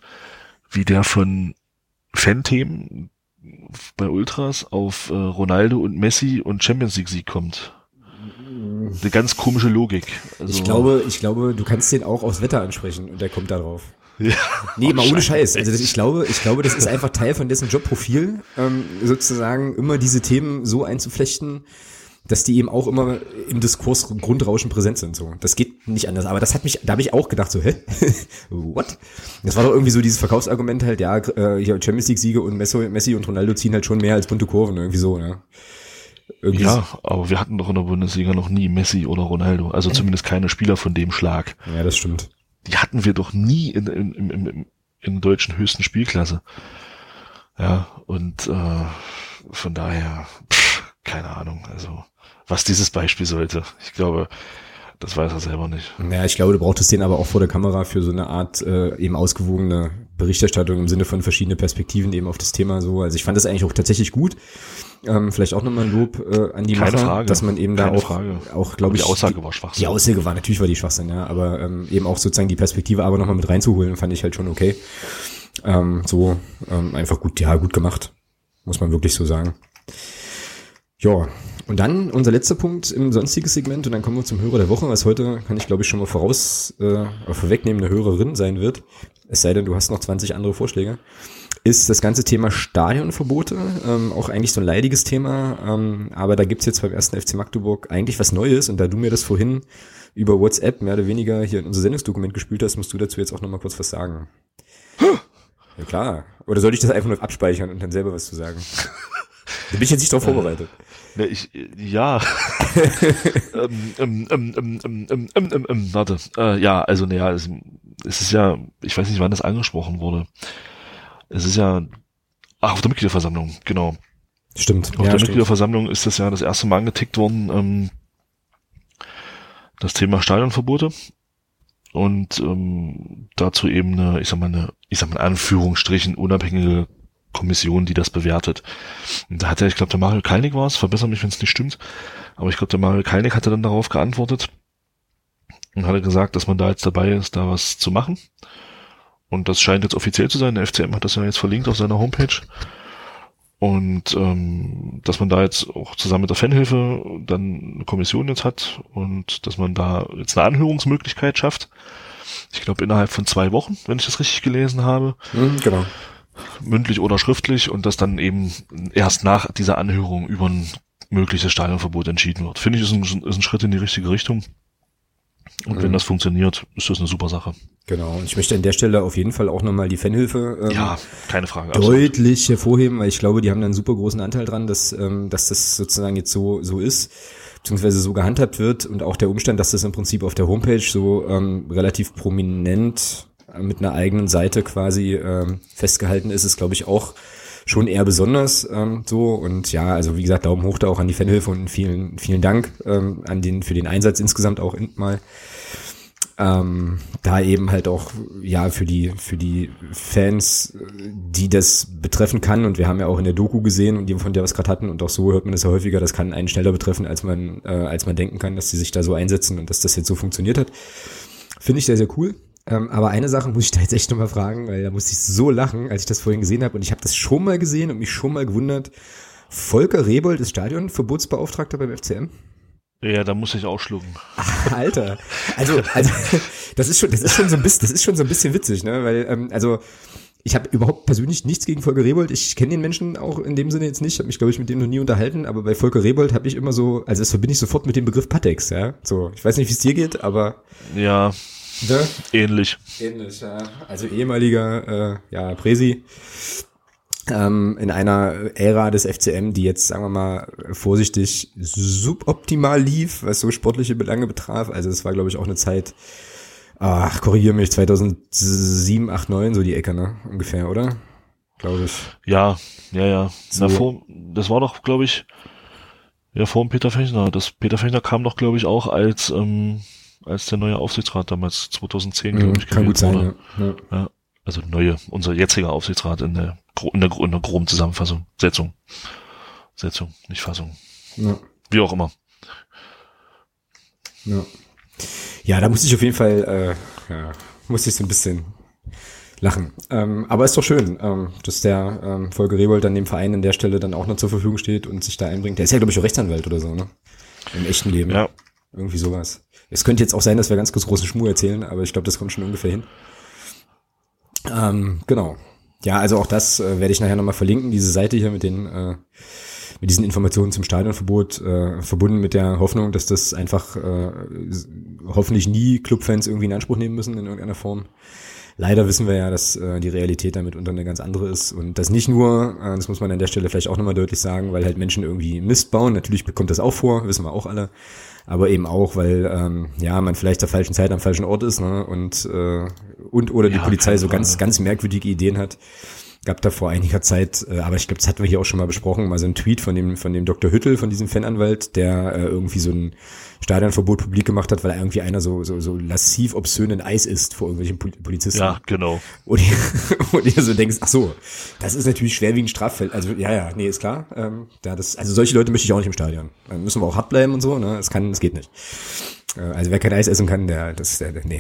Fan-Themen bei Ultras auf Ronaldo und Messi und Champions League Sieg kommt. Eine ganz komische Logik. Also, ich glaube, du kannst den auch aufs Wetter ansprechen und der kommt da drauf. Ja, nee, mal ohne Scheiß. Also ich glaube, das ist einfach Teil von dessen Jobprofil, sozusagen immer diese Themen so einzuflechten, dass die eben auch immer im Diskurs Grundrauschen präsent sind. So, das geht nicht anders. Aber da habe ich auch gedacht, so, hä? What? Das war doch irgendwie so dieses Verkaufsargument halt, ja, hier Champions League Siege und Messi und Ronaldo ziehen halt schon mehr als bunte Kurven, irgendwie so, ne? Irgendwie ja, aber wir hatten doch in der Bundesliga noch nie Messi oder Ronaldo. Also zumindest keine Spieler von dem Schlag. Ja, das stimmt. die hatten wir doch nie in der deutschen höchsten Spielklasse. Ja, und von daher, keine Ahnung, also was dieses Beispiel sollte. Ich glaube, das weiß er selber nicht. Ja, ich glaube, du brauchtest den aber auch vor der Kamera für so eine Art eben ausgewogene Berichterstattung im Sinne von verschiedene Perspektiven eben auf das Thema so. Also ich fand das eigentlich auch tatsächlich gut. Vielleicht auch nochmal ein Lob an die Keine Macher, Frage. dass man eben Keine da Frage. auch glaube ich, die Aussage war Schwachsinn. Die Aussage war natürlich Schwachsinn, ja, aber eben auch sozusagen die Perspektive aber nochmal mit reinzuholen, fand ich halt schon okay. Einfach gut gemacht, muss man wirklich so sagen. Ja, und dann unser letzter Punkt im sonstigen Segment und dann kommen wir zum Hörer der Woche, was heute, kann ich glaube ich schon mal vorwegnehmen, eine Hörerin sein wird, es sei denn, du hast noch 20 andere Vorschläge, ist das ganze Thema Stadionverbote, auch eigentlich so ein leidiges Thema, aber da gibt's jetzt beim 1. FC Magdeburg eigentlich was Neues und da du mir das vorhin über WhatsApp mehr oder weniger hier in unser Sendungsdokument gespült hast, musst du dazu jetzt auch nochmal kurz was sagen. Ja klar. Oder soll ich das einfach nur abspeichern und dann selber was zu sagen? Da bin ich jetzt nicht drauf vorbereitet. Ja. Warte. Es ist ja, ich weiß nicht, wann das angesprochen wurde. Es ist ja, auf der Mitgliederversammlung, genau. Stimmt. Auf der Mitgliederversammlung ist das ja das erste Mal angetickt worden, das Thema Stadionverbote. Und dazu eben eine, ich sag mal in Anführungsstrichen unabhängige Kommission, die das bewertet. Und da hat ich glaube, der Mario Kalnick war es, verbessere mich, wenn es nicht stimmt, aber ich glaube, der Mario Kalnick hatte dann darauf geantwortet und hatte gesagt, dass man da jetzt dabei ist, da was zu machen. Und das scheint jetzt offiziell zu sein. Der FCM hat das ja jetzt verlinkt auf seiner Homepage. Und dass man da jetzt auch zusammen mit der Fanhilfe dann eine Kommission jetzt hat und dass man da jetzt eine Anhörungsmöglichkeit schafft. Ich glaube innerhalb von 2 Wochen, wenn ich das richtig gelesen habe. Genau. Mündlich oder schriftlich und dass dann eben erst nach dieser Anhörung über ein mögliches Stadionverbot entschieden wird. Finde ich, ist ein Schritt in die richtige Richtung. Und wenn das funktioniert, ist das eine super Sache. Genau, und ich möchte an der Stelle auf jeden Fall auch nochmal die Fanhilfe ja, keine Frage, deutlich hervorheben, weil ich glaube, die haben da einen super großen Anteil dran, dass das sozusagen jetzt so ist, beziehungsweise so gehandhabt wird und auch der Umstand, dass das im Prinzip auf der Homepage so relativ prominent mit einer eigenen Seite quasi festgehalten ist glaube ich auch schon eher besonders so und ja, also wie gesagt, Daumen hoch da auch an die Fanhilfe und vielen, vielen Dank für den Einsatz insgesamt auch mal. Da eben halt auch ja für die Fans, die das betreffen kann und wir haben ja auch in der Doku gesehen und die von der wir es gerade hatten und auch so hört man das ja häufiger, das kann einen schneller betreffen, als man denken kann, dass die sich da so einsetzen und dass das jetzt so funktioniert hat. Finde ich sehr, sehr cool. Aber eine Sache muss ich da jetzt echt nochmal fragen, weil da musste ich so lachen, als ich das vorhin gesehen habe und ich habe das schon mal gesehen und mich schon mal gewundert. Volker Rehbold ist Stadionverbotsbeauftragter beim FCM? Ja, da muss ich auch schlucken. Alter, also das ist schon so ein bisschen witzig, ne? Weil ich habe überhaupt persönlich nichts gegen Volker Rehbold. Ich kenne den Menschen auch in dem Sinne jetzt nicht, habe mich glaube ich mit dem noch nie unterhalten, aber bei Volker Rehbold habe ich immer so, also das verbinde ich sofort mit dem Begriff Patex, ja? So, ich weiß nicht, wie es dir geht, aber ja. Ne? Ähnlich, ja. Also ehemaliger Präsi in einer Ära des FCM, die jetzt, sagen wir mal, vorsichtig suboptimal lief, was so sportliche Belange betraf. Also es war, glaube ich, auch eine Zeit, korrigiere mich, 2007, 8, 9, so die Ecke, ne? Ungefähr, oder? Glaube ich. Ja. So. Das war doch, glaube ich, ja, vor dem Peter Fechner. Peter Fechner kam doch, glaube ich, auch als der neue Aufsichtsrat damals 2010, glaube ich, kann gut sein, wurde. Ja. Also unser jetziger Aufsichtsrat in der groben Zusammenfassung, Setzung, nicht Fassung. Ja. Wie auch immer. Ja, da musste ich auf jeden Fall, musste ich so ein bisschen lachen. Aber ist doch schön, dass der Volker Rehbold dann dem Verein an der Stelle dann auch noch zur Verfügung steht und sich da einbringt. Der ist ja, glaube ich, auch Rechtsanwalt oder so, ne? Im echten Leben. Ja. Irgendwie sowas. Es könnte jetzt auch sein, dass wir ganz kurz großen Schmuh erzählen, aber ich glaube, das kommt schon ungefähr hin. Genau. Ja, also auch das werde ich nachher nochmal verlinken, diese Seite hier mit diesen Informationen zum Stadionverbot, verbunden mit der Hoffnung, dass das einfach hoffentlich nie Clubfans irgendwie in Anspruch nehmen müssen in irgendeiner Form. leider wissen wir ja, dass die Realität damit unter eine ganz andere ist und das nicht nur, das muss man an der Stelle vielleicht auch nochmal deutlich sagen, weil halt Menschen irgendwie Mist bauen, natürlich kommt das auch vor, wissen wir auch alle, aber eben auch, weil man vielleicht zur falschen Zeit am falschen Ort ist, ne? Und oder die Polizei so ganz merkwürdige Ideen hat. Gab da vor einiger Zeit, aber ich glaube, das hatten wir hier auch schon mal besprochen, mal so ein Tweet von dem Dr. Hüttel, von diesem Fananwalt, der irgendwie so ein Stadionverbot publik gemacht hat, weil er irgendwie einer so lassiv obszönen Eis isst vor irgendwelchen Polizisten. Ja, genau. Und ihr so denkst, ach so, das ist natürlich schwerwiegend Straffällig. Also nee, ist klar. Also solche Leute möchte ich auch nicht im Stadion. Dann müssen wir auch hart bleiben und so, ne? Es geht nicht. Also wer kein Eis essen kann, nee.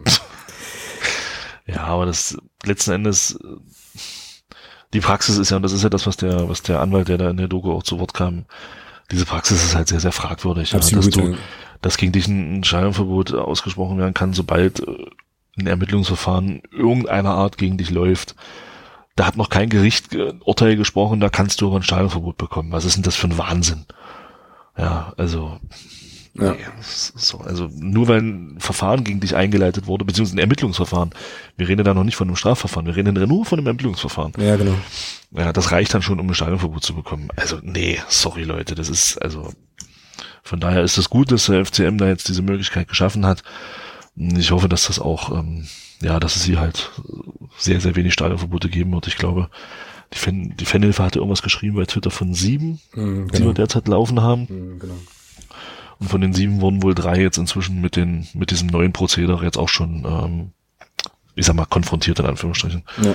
Ja, aber das letzten Endes die Praxis ist ja, und das ist ja das, was der Anwalt, der da in der Doku auch zu Wort kam, diese Praxis ist halt sehr, sehr fragwürdig. Absolut, ja, dass gegen dich ein Stadionverbot ausgesprochen werden kann, sobald ein Ermittlungsverfahren irgendeiner Art gegen dich läuft. Da hat noch kein Gericht Urteil gesprochen, da kannst du aber ein Stadionverbot bekommen. Was ist denn das für ein Wahnsinn? Ja, also... Ja. So, also nur weil ein Verfahren gegen dich eingeleitet wurde, beziehungsweise ein Ermittlungsverfahren. Wir reden da noch nicht von einem Strafverfahren, wir reden nur von einem Ermittlungsverfahren. Ja, genau. Ja, das reicht dann schon, um ein Stadionverbot zu bekommen. Also nee, sorry Leute, das ist, also von daher ist es gut, dass der FCM da jetzt diese Möglichkeit geschaffen hat. Ich hoffe, dass das auch, dass es hier halt sehr, sehr wenig Stadionverbote geben wird. Ich glaube, die Fanhilfe hatte irgendwas geschrieben bei Twitter von 7, die wir derzeit laufen haben. Genau. Und von den 7 wurden wohl 3 jetzt inzwischen mit diesem neuen Prozedere jetzt auch schon, konfrontiert in Anführungsstrichen. Ja.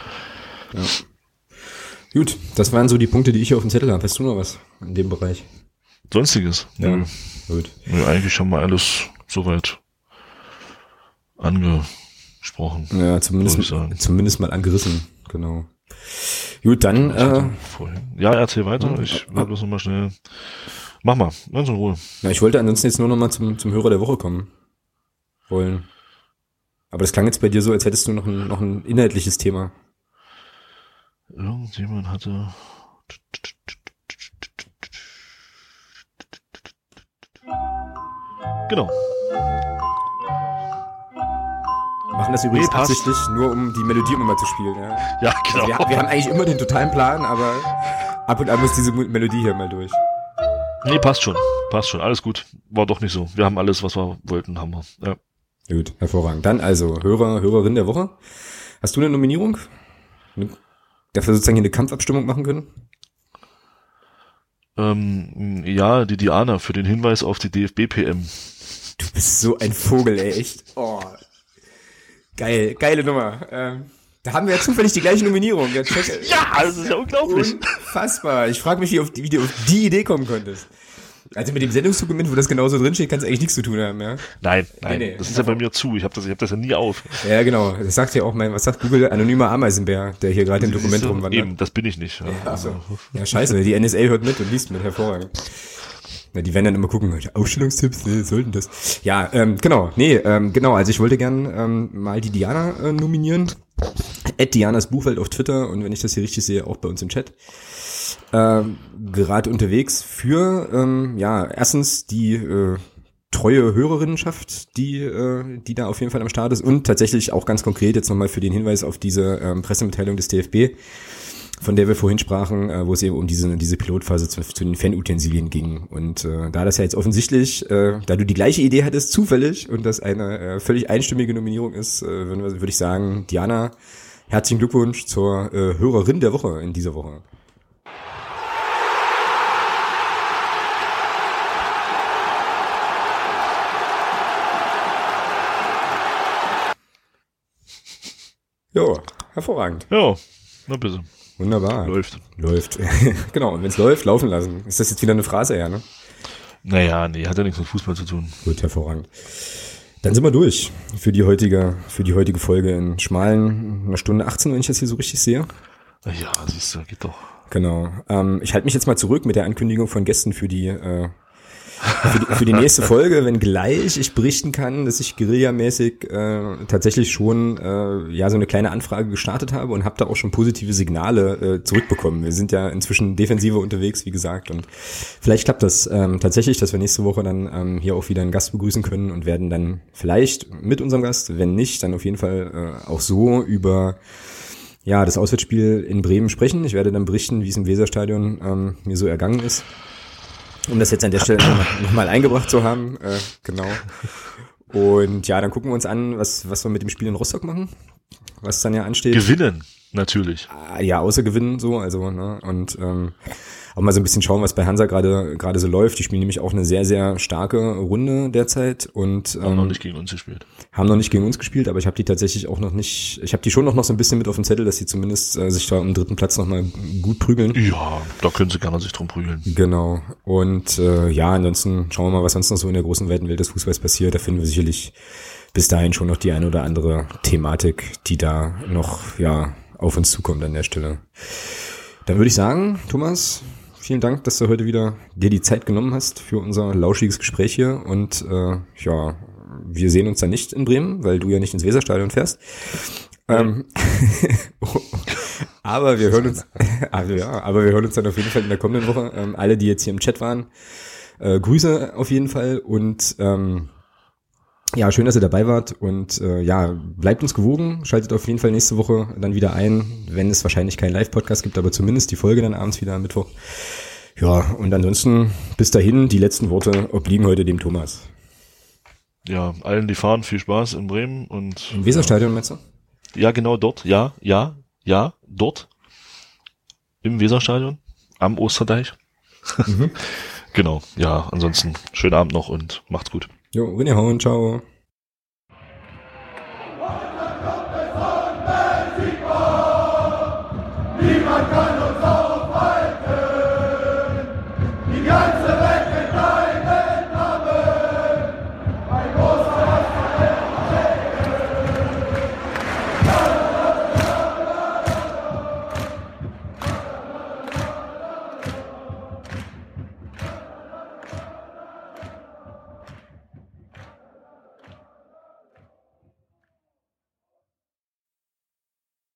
Gut, das waren so die Punkte, die ich hier auf dem Zettel habe. Hast du noch was in dem Bereich? Sonstiges? Ja, gut. Nö, eigentlich haben wir alles soweit angesprochen. Ja, zumindest mal angerissen, genau. Gut, dann... Ja, erzähl weiter. Ich will bloß nochmal schnell... Mach mal, ganz in Ruhe. Ja, ich wollte ansonsten jetzt nur noch mal zum Hörer der Woche kommen wollen. Aber das klang jetzt bei dir so, als hättest du noch ein inhaltliches Thema. Irgendjemand hatte... Genau. Machen das übrigens absichtlich, nur um die Melodie immer mal zu spielen. Ja genau. Also wir haben eigentlich immer den totalen Plan, aber ab und an muss diese Melodie hier mal durch. Nee, passt schon, alles gut. War doch nicht so. Wir haben alles, was wir wollten, haben wir. Ja. Gut, hervorragend. Dann also, Hörerin der Woche. Hast du eine Nominierung? Dafür sozusagen hier eine Kampfabstimmung machen können? Ja, die Diana für den Hinweis auf die DFB-PM. Du bist so ein Vogel, ey, echt. Oh. Geile Nummer. Da haben wir ja zufällig die gleiche Nominierung. Ja, das ist ja unglaublich. Unfassbar. Ich frage mich, wie du auf die Idee kommen konntest. Also mit dem Sendungsdokument, wo das genauso drinsteht, kannst du eigentlich nichts zu tun haben, ja? Nein. Das ist ja bei mir zu. Ich hab das ja nie auf. Ja, genau. Das sagt ja auch was sagt Google? Anonymer Ameisenbär, der hier gerade im Dokument rumwandert. Eben, das bin ich nicht. Ja, scheiße. Die NSA hört mit und liest mit. Hervorragend. Na, die werden dann immer gucken, Ausstellungstipps, sollten das. Ja, genau. Genau. Also ich wollte gern mal die Diana nominieren. @Dianas Buchwelt auf Twitter und wenn ich das hier richtig sehe, auch bei uns im Chat. Gerade unterwegs für, erstens die treue Hörerinnenschaft, die da auf jeden Fall am Start ist und tatsächlich auch ganz konkret jetzt nochmal für den Hinweis auf diese Pressemitteilung des DFB, von der wir vorhin sprachen, wo es eben um diese Pilotphase zu den Fanutensilien ging. Und da das ja jetzt offensichtlich, da du die gleiche Idee hattest, zufällig, und das eine völlig einstimmige Nominierung ist, würde ich sagen, Diana, herzlichen Glückwunsch zur Hörerin der Woche in dieser Woche. Jo, hervorragend. Ja, na bitte. Wunderbar. Läuft. Genau, und wenn es läuft, laufen lassen. Ist das jetzt wieder eine Phrase, ja, ne? Naja, nee, hat ja nichts mit Fußball zu tun. Gut, hervorragend. Dann sind wir durch für die heutige Folge in schmalen einer Stunde 18, wenn ich das hier so richtig sehe. Ja, siehst du, geht doch. Genau. Ich halte mich jetzt mal zurück mit der Ankündigung von Gästen für die für die nächste Folge, wenn gleich ich berichten kann, dass ich guerillamäßig tatsächlich schon so eine kleine Anfrage gestartet habe und habe da auch schon positive Signale zurückbekommen. Wir sind ja inzwischen defensiver unterwegs, wie gesagt, und vielleicht klappt das tatsächlich, dass wir nächste Woche dann hier auch wieder einen Gast begrüßen können und werden dann vielleicht mit unserem Gast, wenn nicht, dann auf jeden Fall auch so über das Auswärtsspiel in Bremen sprechen. Ich werde dann berichten, wie es im Weserstadion mir so ergangen ist. Um das jetzt an der Stelle nochmal eingebracht zu haben, genau. Und dann gucken wir uns an, was wir mit dem Spiel in Rostock machen, was dann ja ansteht. Gewinnen, natürlich. Ja, außer gewinnen so, also, ne, und auch mal so ein bisschen schauen, was bei Hansa gerade so läuft. Die spielen nämlich auch eine sehr, sehr starke Runde derzeit und haben noch nicht gegen uns gespielt. Aber ich habe die tatsächlich auch noch nicht, ich habe die schon noch so ein bisschen mit auf dem Zettel, dass sie zumindest sich da am 3. Platz nochmal gut prügeln. Ja, da können sie gerne sich drum prügeln. Genau. Und ansonsten schauen wir mal, was sonst noch so in der großen, weiten Welt des Fußballs passiert. Da finden wir sicherlich bis dahin schon noch die eine oder andere Thematik, die da noch auf uns zukommt an der Stelle. Dann würde ich sagen, Thomas, vielen Dank, dass du heute wieder dir die Zeit genommen hast für unser lauschiges Gespräch hier. Und wir sehen uns dann nicht in Bremen, weil du ja nicht ins Weserstadion fährst. Aber wir hören uns, dann auf jeden Fall in der kommenden Woche. Alle, die jetzt hier im Chat waren, Grüße auf jeden Fall und schön, dass ihr dabei wart und bleibt uns gewogen, schaltet auf jeden Fall nächste Woche dann wieder ein, wenn es wahrscheinlich keinen Live-Podcast gibt, aber zumindest die Folge dann abends wieder am Mittwoch. Ja, und ansonsten bis dahin, die letzten Worte obliegen heute dem Thomas. Ja, allen, die fahren, viel Spaß in Bremen und... Im Weserstadion, meinst du? Ja, genau dort, ja, dort. Im Weserstadion, am Osterdeich. Genau, ansonsten schönen Abend noch und macht's gut. Jo, René Hauen, ciao.